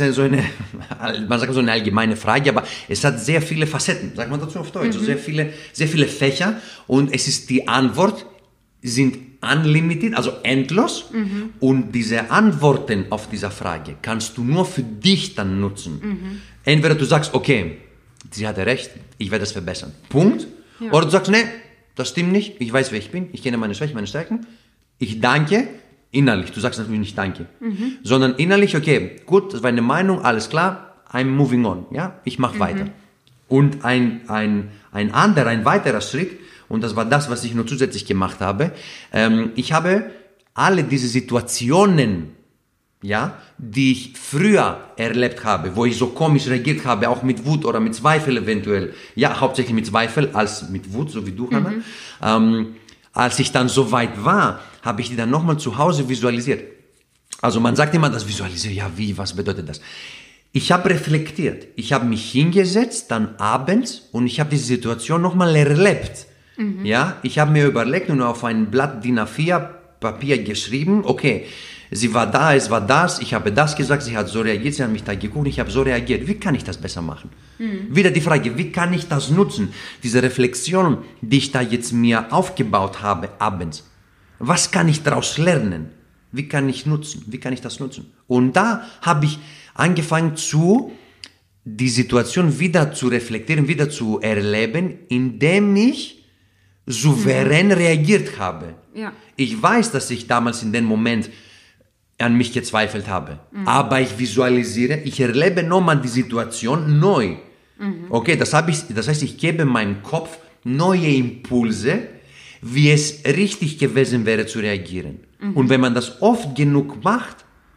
man sagt so eine allgemeine Frage, aber es hat sehr viele Facetten, sagt man dazu auf Deutsch, sehr viele Fächer und die Antwort sind unlimited, also endlos und diese Antworten auf diese Frage kannst du nur für dich dann nutzen. Entweder du sagst, okay, sie hatte recht, ich werde das verbessern, Punkt. Ja. Oder du sagst, nee, das stimmt nicht, ich weiß, wer ich bin, ich kenne meine Schwächen, meine Stärken, ich danke. Innerlich, du sagst natürlich nicht Danke, sondern innerlich, okay, gut, das war eine Meinung, alles klar, I'm moving on, ja, ich mache weiter. Und ein weiterer Schritt, und das war das, was ich nur zusätzlich gemacht habe, ich habe alle diese Situationen, ja, die ich früher erlebt habe, wo ich so komisch reagiert habe, auch mit Wut oder mit Zweifel eventuell, ja, hauptsächlich mit Zweifel als mit Wut, so wie du, Hanna, als ich dann so weit war, habe ich die dann nochmal zu Hause visualisiert. Also man sagt immer, das Visualisieren, ja wie, was bedeutet das? Ich habe reflektiert, ich habe mich hingesetzt, dann abends und ich habe diese Situation nochmal erlebt. Ja, ich habe mir überlegt und auf ein Blatt DIN A4 Papier geschrieben, okay, sie war da, es war das, ich habe das gesagt, sie hat so reagiert, sie hat mich da geguckt, ich habe so reagiert. Wie kann ich das besser machen? Wieder die Frage, wie kann ich das nutzen? Diese Reflexion, die ich da jetzt mir aufgebaut habe abends. Was kann ich daraus lernen? Wie kann ich das nutzen? Und da habe ich angefangen die Situation wieder zu reflektieren, wieder zu erleben, indem ich souverän reagiert habe. Ja. Ich weiß, dass ich damals in dem Moment an mich gezweifelt habe. Aber ich visualisiere, ich erlebe nochmal die Situation neu. Okay, das heißt, ich gebe meinem Kopf neue Impulse, wie es richtig gewesen wäre zu reagieren. Und wenn man das oft genug macht,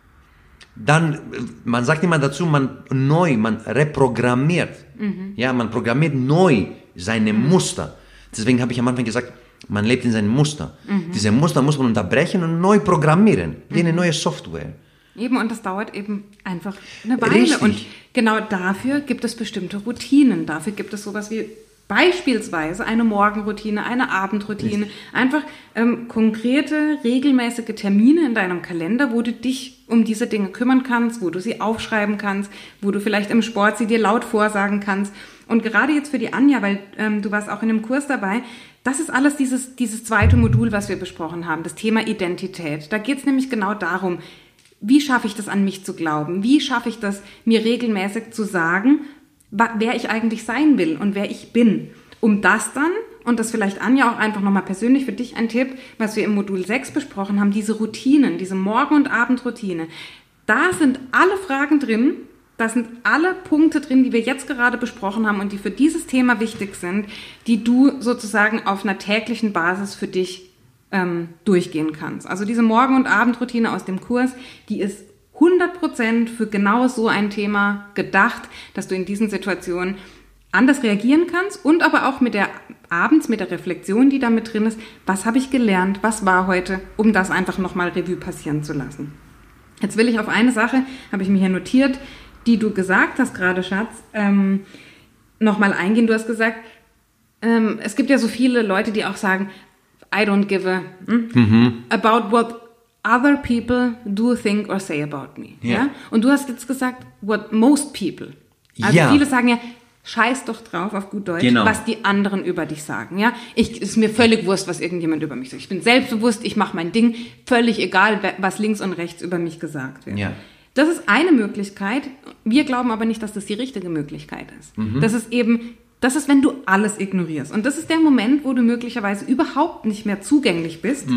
dann, man sagt immer dazu, man reprogrammiert. Ja, man programmiert neu seine Muster. Deswegen habe ich am Anfang gesagt, man lebt in seinem Muster. Diese Muster muss man unterbrechen und neu programmieren, wie eine neue Software. Eben, und das dauert eben einfach eine Weile. Richtig. Und genau dafür gibt es bestimmte Routinen. Dafür gibt es sowas wie beispielsweise eine Morgenroutine, eine Abendroutine. Einfach konkrete, regelmäßige Termine in deinem Kalender, wo du dich um diese Dinge kümmern kannst, wo du sie aufschreiben kannst, wo du vielleicht im Sport sie dir laut vorsagen kannst. Und gerade jetzt für die Anja, weil du warst auch in einem Kurs dabei, das ist alles dieses zweite Modul, was wir besprochen haben, das Thema Identität. Da geht es nämlich genau darum, wie schaffe ich das, an mich zu glauben? Wie schaffe ich das, mir regelmäßig zu sagen, wer ich eigentlich sein will und wer ich bin? Um das dann, und das vielleicht Anja auch einfach nochmal persönlich für dich ein Tipp, was wir im Modul 6 besprochen haben, diese Routinen, diese Morgen- und Abendroutine, da sind alle Fragen drin, da sind alle Punkte drin, die wir jetzt gerade besprochen haben und die für dieses Thema wichtig sind, die du sozusagen auf einer täglichen Basis für dich durchgehen kannst. Also diese Morgen- und Abendroutine aus dem Kurs, die ist 100% für genau so ein Thema gedacht, dass du in diesen Situationen anders reagieren kannst und aber auch abends mit der Reflexion, die da mit drin ist, was habe ich gelernt, was war heute, um das einfach nochmal Revue passieren zu lassen. Jetzt will ich auf eine Sache, habe ich mir hier notiert, die du gesagt hast gerade, Schatz, nochmal eingehen. Du hast gesagt, es gibt ja so viele Leute, die auch sagen, I don't give a about what other people do, think or say about me. Ja. Ja? Und du hast jetzt gesagt, what most people. Also viele sagen ja, scheiß doch drauf, auf gut Deutsch, was die anderen über dich sagen. Ja? Ist mir völlig wurscht, was irgendjemand über mich sagt. Ich bin selbstbewusst, ich mache mein Ding, völlig egal, was links und rechts über mich gesagt wird. Ja. Das ist eine Möglichkeit. Wir glauben aber nicht, dass das die richtige Möglichkeit ist. Das ist, wenn du alles ignorierst. Und das ist der Moment, wo du möglicherweise überhaupt nicht mehr zugänglich bist.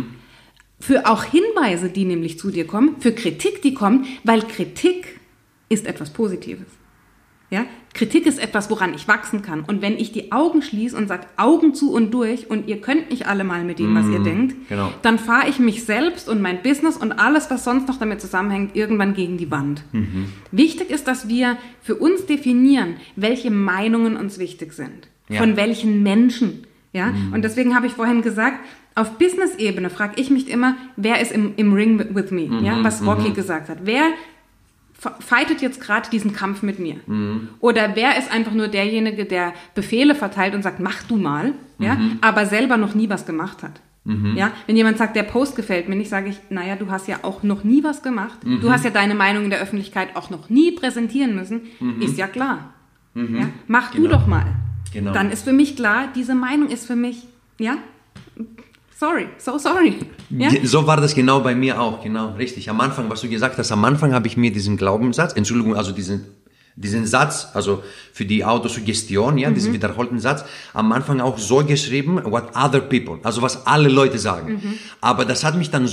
Für auch Hinweise, die nämlich zu dir kommen, für Kritik, die kommt, weil Kritik ist etwas Positives. Ja? Kritik ist etwas, woran ich wachsen kann. Und wenn ich die Augen schließe und sage, Augen zu und durch und ihr könnt nicht alle mal mit dem, was ihr denkt, dann fahre ich mich selbst und mein Business und alles, was sonst noch damit zusammenhängt, irgendwann gegen die Wand. Wichtig ist, dass wir für uns definieren, welche Meinungen uns wichtig sind. Ja. Von welchen Menschen. Ja? Und deswegen habe ich vorhin gesagt, auf Business-Ebene frage ich mich immer, wer ist im Ring with me? Ja? Was Rocky gesagt hat. Wer fightet jetzt gerade diesen Kampf mit mir? Oder wer ist einfach nur derjenige, der Befehle verteilt und sagt, mach du mal, ja, aber selber noch nie was gemacht hat? Ja? Wenn jemand sagt, der Post gefällt mir nicht, sage ich, naja, du hast ja auch noch nie was gemacht. Du hast ja deine Meinung in der Öffentlichkeit auch noch nie präsentieren müssen. Ist ja klar. Ja? Mach du doch mal. Dann ist für mich klar, diese Meinung ist für mich, ja, sorry. Ja? So war das genau bei mir auch, genau, richtig. Am Anfang, was du gesagt hast, am Anfang habe ich mir diesen Glaubenssatz, also diesen Satz, also für die Autosuggestion, ja, diesen wiederholten Satz, am Anfang auch so geschrieben, what other people, also was alle Leute sagen. Aber das hat mich dann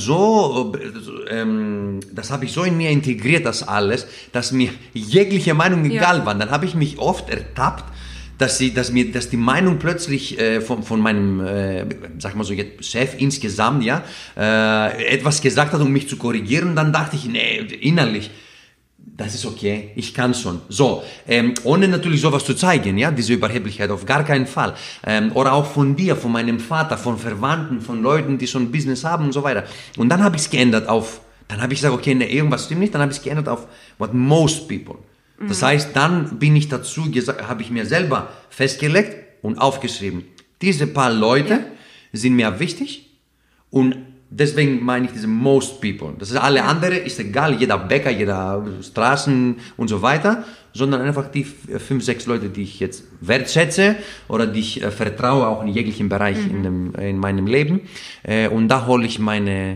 das habe ich so in mir integriert, das alles, dass mir jegliche Meinung egal war. Dann habe ich mich oft ertappt, dass die Meinung plötzlich von meinem, sag mal so, Chef insgesamt, ja, etwas gesagt hat, um mich zu korrigieren. Dann dachte ich, nee, innerlich, das ist okay, ich kann schon. So, ohne natürlich sowas zu zeigen, ja, diese Überheblichkeit, auf gar keinen Fall. Oder auch von dir, von meinem Vater, von Verwandten, von Leuten, die schon Business haben und so weiter. Und dann habe ich es geändert dann habe ich gesagt, okay, nee, irgendwas stimmt nicht, dann habe ich es geändert auf what most people. Das heißt, dann bin ich habe ich mir selber festgelegt und aufgeschrieben, diese paar Leute sind mir wichtig und deswegen meine ich diese most people. Das ist alle andere, ist egal, jeder Bäcker, jeder Straßen und so weiter, sondern einfach die 5, 6 Leute, die ich jetzt wertschätze oder die ich vertraue, auch in jeglichen Bereich in meinem Leben. Und da hole ich meine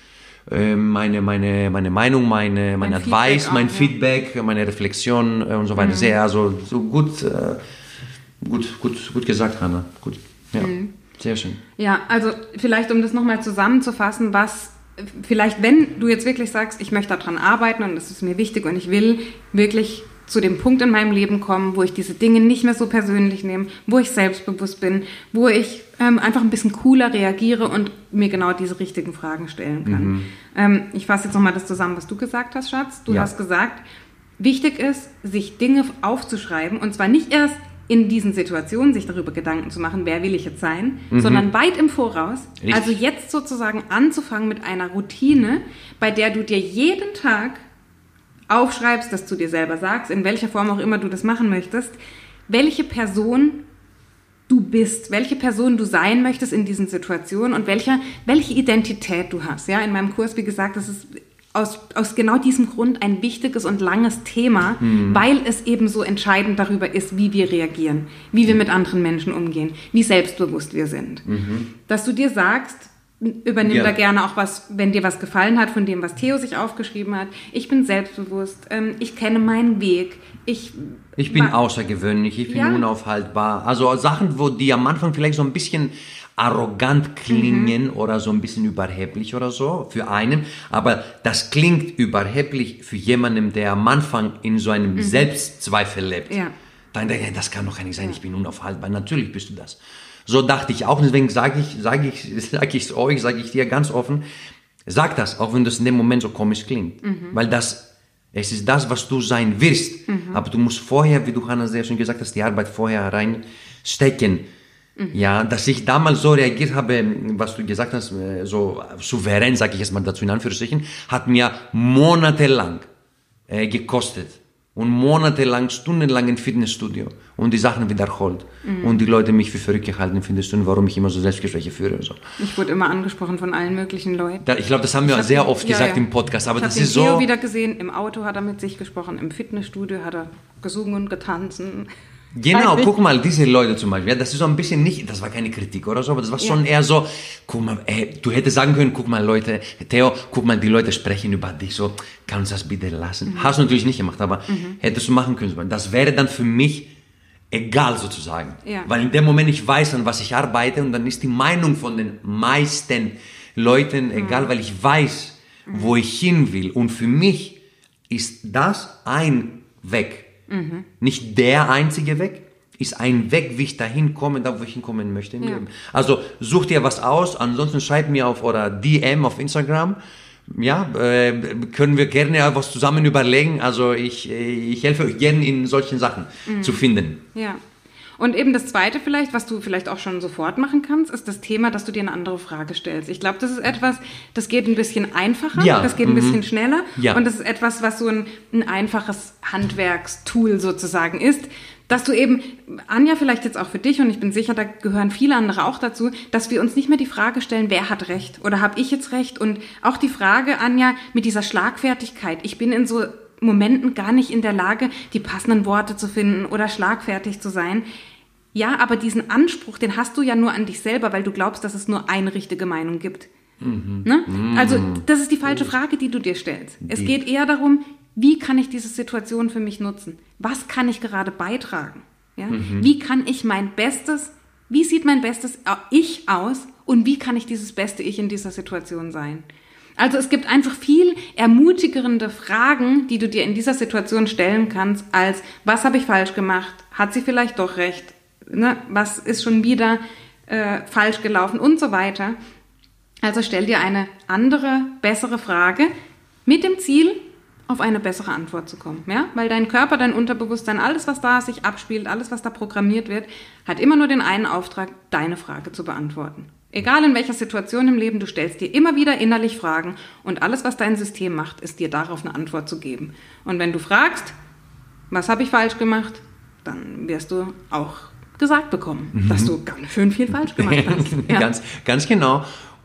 Meinung, meine Advice, mein Feedback, meine Reflexion und so weiter. Sehr, also so gut gesagt, Hanna. Gut, ja. Sehr schön. Ja, also vielleicht, um das nochmal zusammenzufassen, was vielleicht, wenn du jetzt wirklich sagst, ich möchte daran arbeiten und das ist mir wichtig und ich will wirklich zu dem Punkt in meinem Leben kommen, wo ich diese Dinge nicht mehr so persönlich nehme, wo ich selbstbewusst bin, wo ich einfach ein bisschen cooler reagiere und mir genau diese richtigen Fragen stellen kann. Ich fasse jetzt nochmal das zusammen, was du gesagt hast, Schatz. Du hast gesagt, wichtig ist, sich Dinge aufzuschreiben und zwar nicht erst in diesen Situationen sich darüber Gedanken zu machen, wer will ich jetzt sein, sondern weit im Voraus. Richtig. Also jetzt sozusagen anzufangen mit einer Routine, bei der du dir jeden Tag aufschreibst, dass du dir selber sagst, in welcher Form auch immer du das machen möchtest, welche Person du bist, welche Person du sein möchtest in diesen Situationen und welche Identität du hast. Ja, in meinem Kurs, wie gesagt, das ist aus genau diesem Grund ein wichtiges und langes Thema, weil es eben so entscheidend darüber ist, wie wir reagieren, wie wir mit anderen Menschen umgehen, wie selbstbewusst wir sind. Dass du dir sagst, übernimm da gerne auch was, wenn dir was gefallen hat von dem, was Theo sich aufgeschrieben hat. Ich bin selbstbewusst, ich kenne meinen Weg. Ich bin außergewöhnlich, ich bin unaufhaltbar. Also Sachen, wo die am Anfang vielleicht so ein bisschen arrogant klingen oder so ein bisschen überheblich oder so für einen, aber das klingt überheblich für jemanden, der am Anfang in so einem Selbstzweifel lebt. Ja. Dann denke ich, das kann doch gar nicht sein, ich bin unaufhaltbar. Natürlich bist du das. So dachte ich auch, deswegen sage ich dir ganz offen, sag das, auch wenn das in dem Moment so komisch klingt, weil es ist das, was du sein wirst, aber du musst vorher, wie du Hanna sehr schön gesagt hast, die Arbeit vorher reinstecken. Ja, dass ich damals so reagiert habe, was du gesagt hast, so souverän, sage ich jetzt mal dazu in Anführungsstrichen, hat mir monatelang gekostet. Und monatelang, stundenlang im Fitnessstudio und die Sachen wiederholt. Und die Leute mich für verrückt gehalten findest und warum ich immer so Selbstgespräche führe und so. Ich wurde immer angesprochen von allen möglichen Leuten. Ich glaube, das haben wir sehr oft gesagt im Podcast. Aber das ist so. Ich habe Theo wieder gesehen, im Auto hat er mit sich gesprochen, im Fitnessstudio hat er gesungen und getanzt. Genau, guck mal, diese Leute zum Beispiel, das ist so ein bisschen nicht, das war keine Kritik oder so, aber das war schon eher so, guck mal, du hättest sagen können, guck mal Leute, Theo, guck mal, die Leute sprechen über dich, so, kannst du das bitte lassen? Hast du natürlich nicht gemacht, aber hättest du machen können. Das wäre dann für mich egal sozusagen, weil in dem Moment ich weiß, an was ich arbeite und dann ist die Meinung von den meisten Leuten egal, weil ich weiß, wo ich hin will und für mich ist das ein Weg. Nicht der einzige Weg, ist ein Weg, wie ich dahin komme, da wo ich hinkommen möchte im Leben. Also such dir was aus, ansonsten schreib mir oder DM auf Instagram. Ja, können wir gerne was zusammen überlegen. Also ich helfe euch gerne in solchen Sachen zu finden. Ja. Und eben das Zweite vielleicht, was du vielleicht auch schon sofort machen kannst, ist das Thema, dass du dir eine andere Frage stellst. Ich glaube, das ist etwas, das geht ein bisschen einfacher, das geht ein bisschen schneller und das ist etwas, was so ein einfaches Handwerkstool sozusagen ist, dass du eben, Anja, vielleicht jetzt auch für dich und ich bin sicher, da gehören viele andere auch dazu, dass wir uns nicht mehr die Frage stellen, wer hat Recht oder habe ich jetzt Recht und auch die Frage, Anja, mit dieser Schlagfertigkeit, ich bin in so Momenten gar nicht in der Lage, die passenden Worte zu finden oder schlagfertig zu sein. Ja, aber diesen Anspruch, den hast du ja nur an dich selber, weil du glaubst, dass es nur eine richtige Meinung gibt. Ne? Also das ist die falsche Frage, die du dir stellst. Es geht eher darum, wie kann ich diese Situation für mich nutzen? Was kann ich gerade beitragen? Ja? Wie kann ich wie sieht mein bestes Ich aus und wie kann ich dieses beste Ich in dieser Situation sein? Also es gibt einfach viel ermutigende Fragen, die du dir in dieser Situation stellen kannst, als was habe ich falsch gemacht? Hat sie vielleicht doch recht? Ne? Was ist schon wieder falsch gelaufen und so weiter? Also stell dir eine andere, bessere Frage mit dem Ziel, auf eine bessere Antwort zu kommen. Ja? Weil dein Körper, dein Unterbewusstsein, alles, was da sich abspielt, alles, was da programmiert wird, hat immer nur den einen Auftrag, deine Frage zu beantworten. Egal in welcher Situation im Leben, du stellst dir immer wieder innerlich Fragen und alles, was dein System macht, ist dir darauf eine Antwort zu geben. Und wenn du fragst, was habe ich falsch gemacht, dann wirst du auch gesagt bekommen, dass du ganz schön viel falsch gemacht hast. Ja. Ganz genau.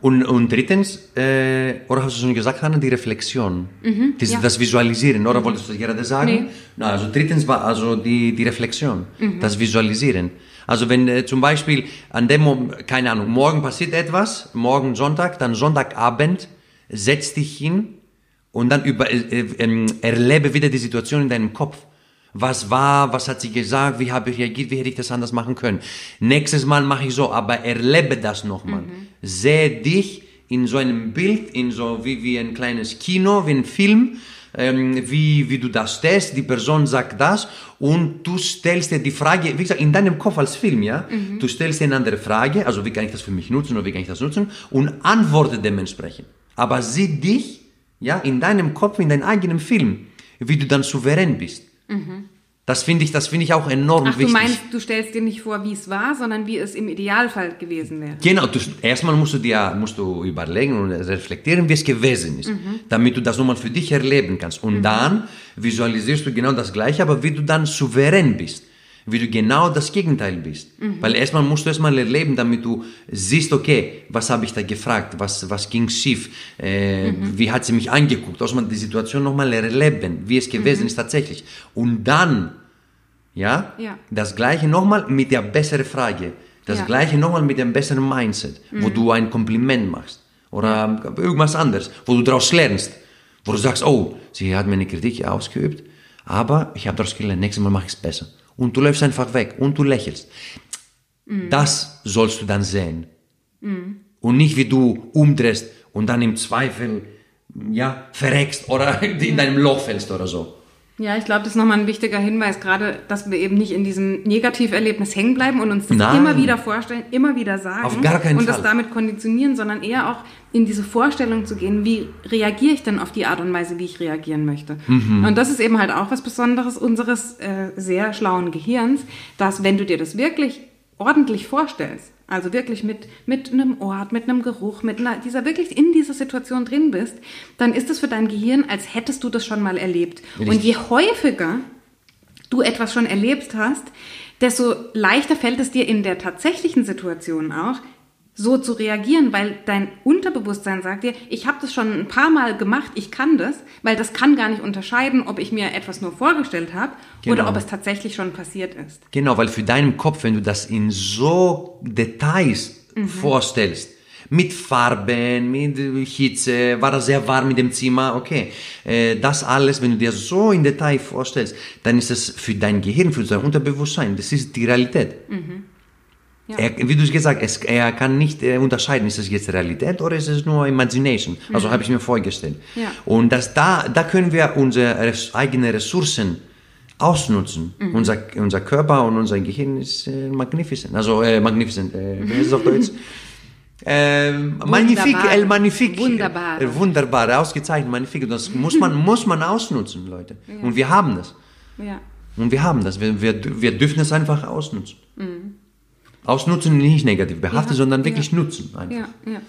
Und drittens, oder hast du schon gesagt, Hanna, die Reflexion, das Visualisieren, oder wolltest du das gerade sagen? Nee. Na, also drittens war also die Reflexion, das Visualisieren. Also wenn zum Beispiel keine Ahnung, morgen passiert etwas, morgen Sonntag, dann Sonntagabend, setz dich hin und dann erlebe wieder die Situation in deinem Kopf. Was war, was hat sie gesagt, wie habe ich reagiert, wie hätte ich das anders machen können. Nächstes Mal mache ich so, aber erlebe das nochmal. Sehe dich in so einem Bild, in so wie ein kleines Kino, wie ein Film, wie du das stellst, die Person sagt das und du stellst dir die Frage, wie gesagt, in deinem Kopf als Film, ja, du stellst dir eine andere Frage, also wie kann ich das für mich nutzen oder wie kann ich das nutzen und antworte dementsprechend. Aber sieh dich, ja, in deinem Kopf, in deinem eigenen Film, wie du dann souverän bist. Das finde ich auch enorm wichtig. Du meinst, du stellst dir nicht vor, wie es war, sondern wie es im Idealfall gewesen wäre. Genau, erstmal musst du überlegen und reflektieren, wie es gewesen ist, damit du das nochmal für dich erleben kannst. Und dann visualisierst du genau das Gleiche, aber wie du dann souverän bist, wie du genau das Gegenteil bist. Weil erstmal musst du erleben, damit du siehst, okay, was habe ich da gefragt, was ging schief, wie hat sie mich angeguckt, dass man die Situation nochmal erleben, wie es gewesen ist tatsächlich. Und dann, ja. Das Gleiche nochmal mit der besseren Frage, das Gleiche nochmal mit dem besseren Mindset, wo du ein Kompliment machst oder irgendwas anderes, wo du daraus lernst, wo du sagst, oh, sie hat mir eine Kritik ausgeübt, aber ich habe daraus gelernt, nächstes Mal mache ich es besser. Und du läufst einfach weg und du lächelst. Das sollst du dann sehen. Und nicht, wie du umdrehst und dann im Zweifel verreckst oder in deinem Loch fällst oder so. Ja, ich glaube, das ist nochmal ein wichtiger Hinweis, gerade, dass wir eben nicht in diesem Negativerlebnis hängen bleiben und uns das immer wieder vorstellen, immer wieder sagen. Auf gar keinen und Fall. das damit konditionieren, sondern eher auch in diese Vorstellung zu gehen, wie reagiere ich denn auf die Art und Weise, wie ich reagieren möchte. Und das ist eben halt auch was Besonderes unseres sehr schlauen Gehirns, dass wenn du dir das wirklich ordentlich vorstellst, also wirklich mit einem Ort, mit einem Geruch, wirklich in dieser Situation drin bist, dann ist es für dein Gehirn, als hättest du das schon mal erlebt. Richtig. Und je häufiger du etwas schon erlebt hast, desto leichter fällt es dir in der tatsächlichen Situation auch, so zu reagieren, weil dein Unterbewusstsein sagt dir, ich habe das schon ein paar Mal gemacht, ich kann das, weil das kann gar nicht unterscheiden, ob ich mir etwas nur vorgestellt habe oder ob es tatsächlich schon passiert ist. Genau, weil für deinen Kopf, wenn du das in so Details vorstellst, mit Farben, mit Hitze, war das sehr warm in dem Zimmer, okay. Das alles, wenn du dir so in Detail vorstellst, dann ist es für dein Gehirn, für dein Unterbewusstsein, das ist die Realität. Ja. Wie du gesagt hast, er kann nicht unterscheiden, ist es jetzt Realität oder ist es nur Imagination. Also habe ich mir vorgestellt. Ja. Und da können wir unsere eigenen Ressourcen ausnutzen. Unser Körper und unser Gehirn ist magnificent. Also magnificent, wie heißt es auf Deutsch? Magnifique. Wunderbar, ausgezeichnet, magnifique. Das muss man ausnutzen, Leute. Ja. Und wir haben das. Ja. Und wir haben das. Wir dürfen es einfach ausnutzen. Ausnutzen nicht negativ behaftet, sondern wirklich nutzen. Einfach.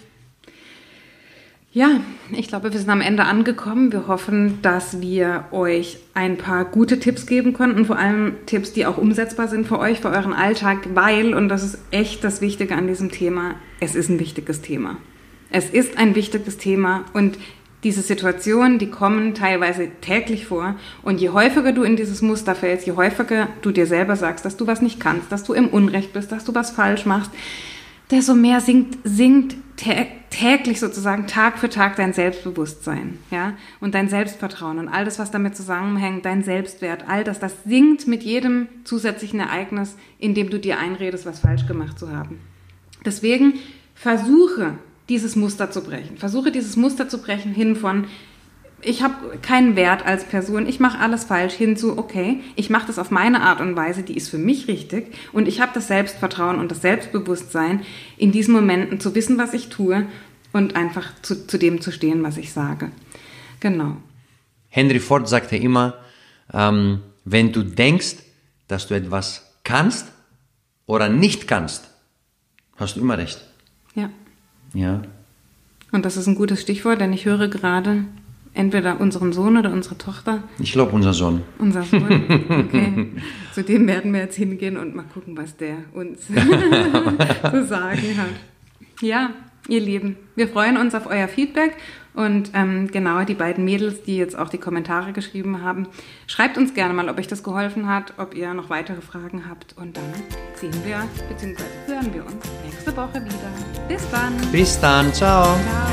Ja, ich glaube, wir sind am Ende angekommen. Wir hoffen, dass wir euch ein paar gute Tipps geben konnten, vor allem Tipps, die auch umsetzbar sind für euch, für euren Alltag, weil, und das ist echt das Wichtige an diesem Thema, es ist ein wichtiges Thema. Es ist ein wichtiges Thema und diese Situationen, die kommen teilweise täglich vor und je häufiger du in dieses Muster fällst, je häufiger du dir selber sagst, dass du was nicht kannst, dass du im Unrecht bist, dass du was falsch machst, desto mehr sinkt täglich sozusagen Tag für Tag dein Selbstbewusstsein, ja, und dein Selbstvertrauen und all das, was damit zusammenhängt, dein Selbstwert, all das sinkt mit jedem zusätzlichen Ereignis, in dem du dir einredest, was falsch gemacht zu haben. Deswegen versuche dieses Muster zu brechen. Versuche dieses Muster zu brechen hin von, ich habe keinen Wert als Person, ich mache alles falsch, hin zu, okay, ich mache das auf meine Art und Weise, die ist für mich richtig und ich habe das Selbstvertrauen und das Selbstbewusstsein, in diesen Momenten zu wissen, was ich tue und einfach zu dem zu stehen, was ich sage. Genau. Henry Ford sagte immer, wenn du denkst, dass du etwas kannst oder nicht kannst, hast du immer recht. Ja. Ja. Und das ist ein gutes Stichwort, denn ich höre gerade entweder unseren Sohn oder unsere Tochter. Ich glaube, unser Sohn. Unser Sohn, okay. Zu dem werden wir jetzt hingehen und mal gucken, was der uns zu sagen hat. Ja, ihr Lieben, wir freuen uns auf euer Feedback und genau die beiden Mädels, die jetzt auch die Kommentare geschrieben haben, schreibt uns gerne mal, ob euch das geholfen hat, ob ihr noch weitere Fragen habt und dann sehen wir bzw. hören wir uns nächste Woche wieder. Bis dann. Bis dann. Ciao. Ciao.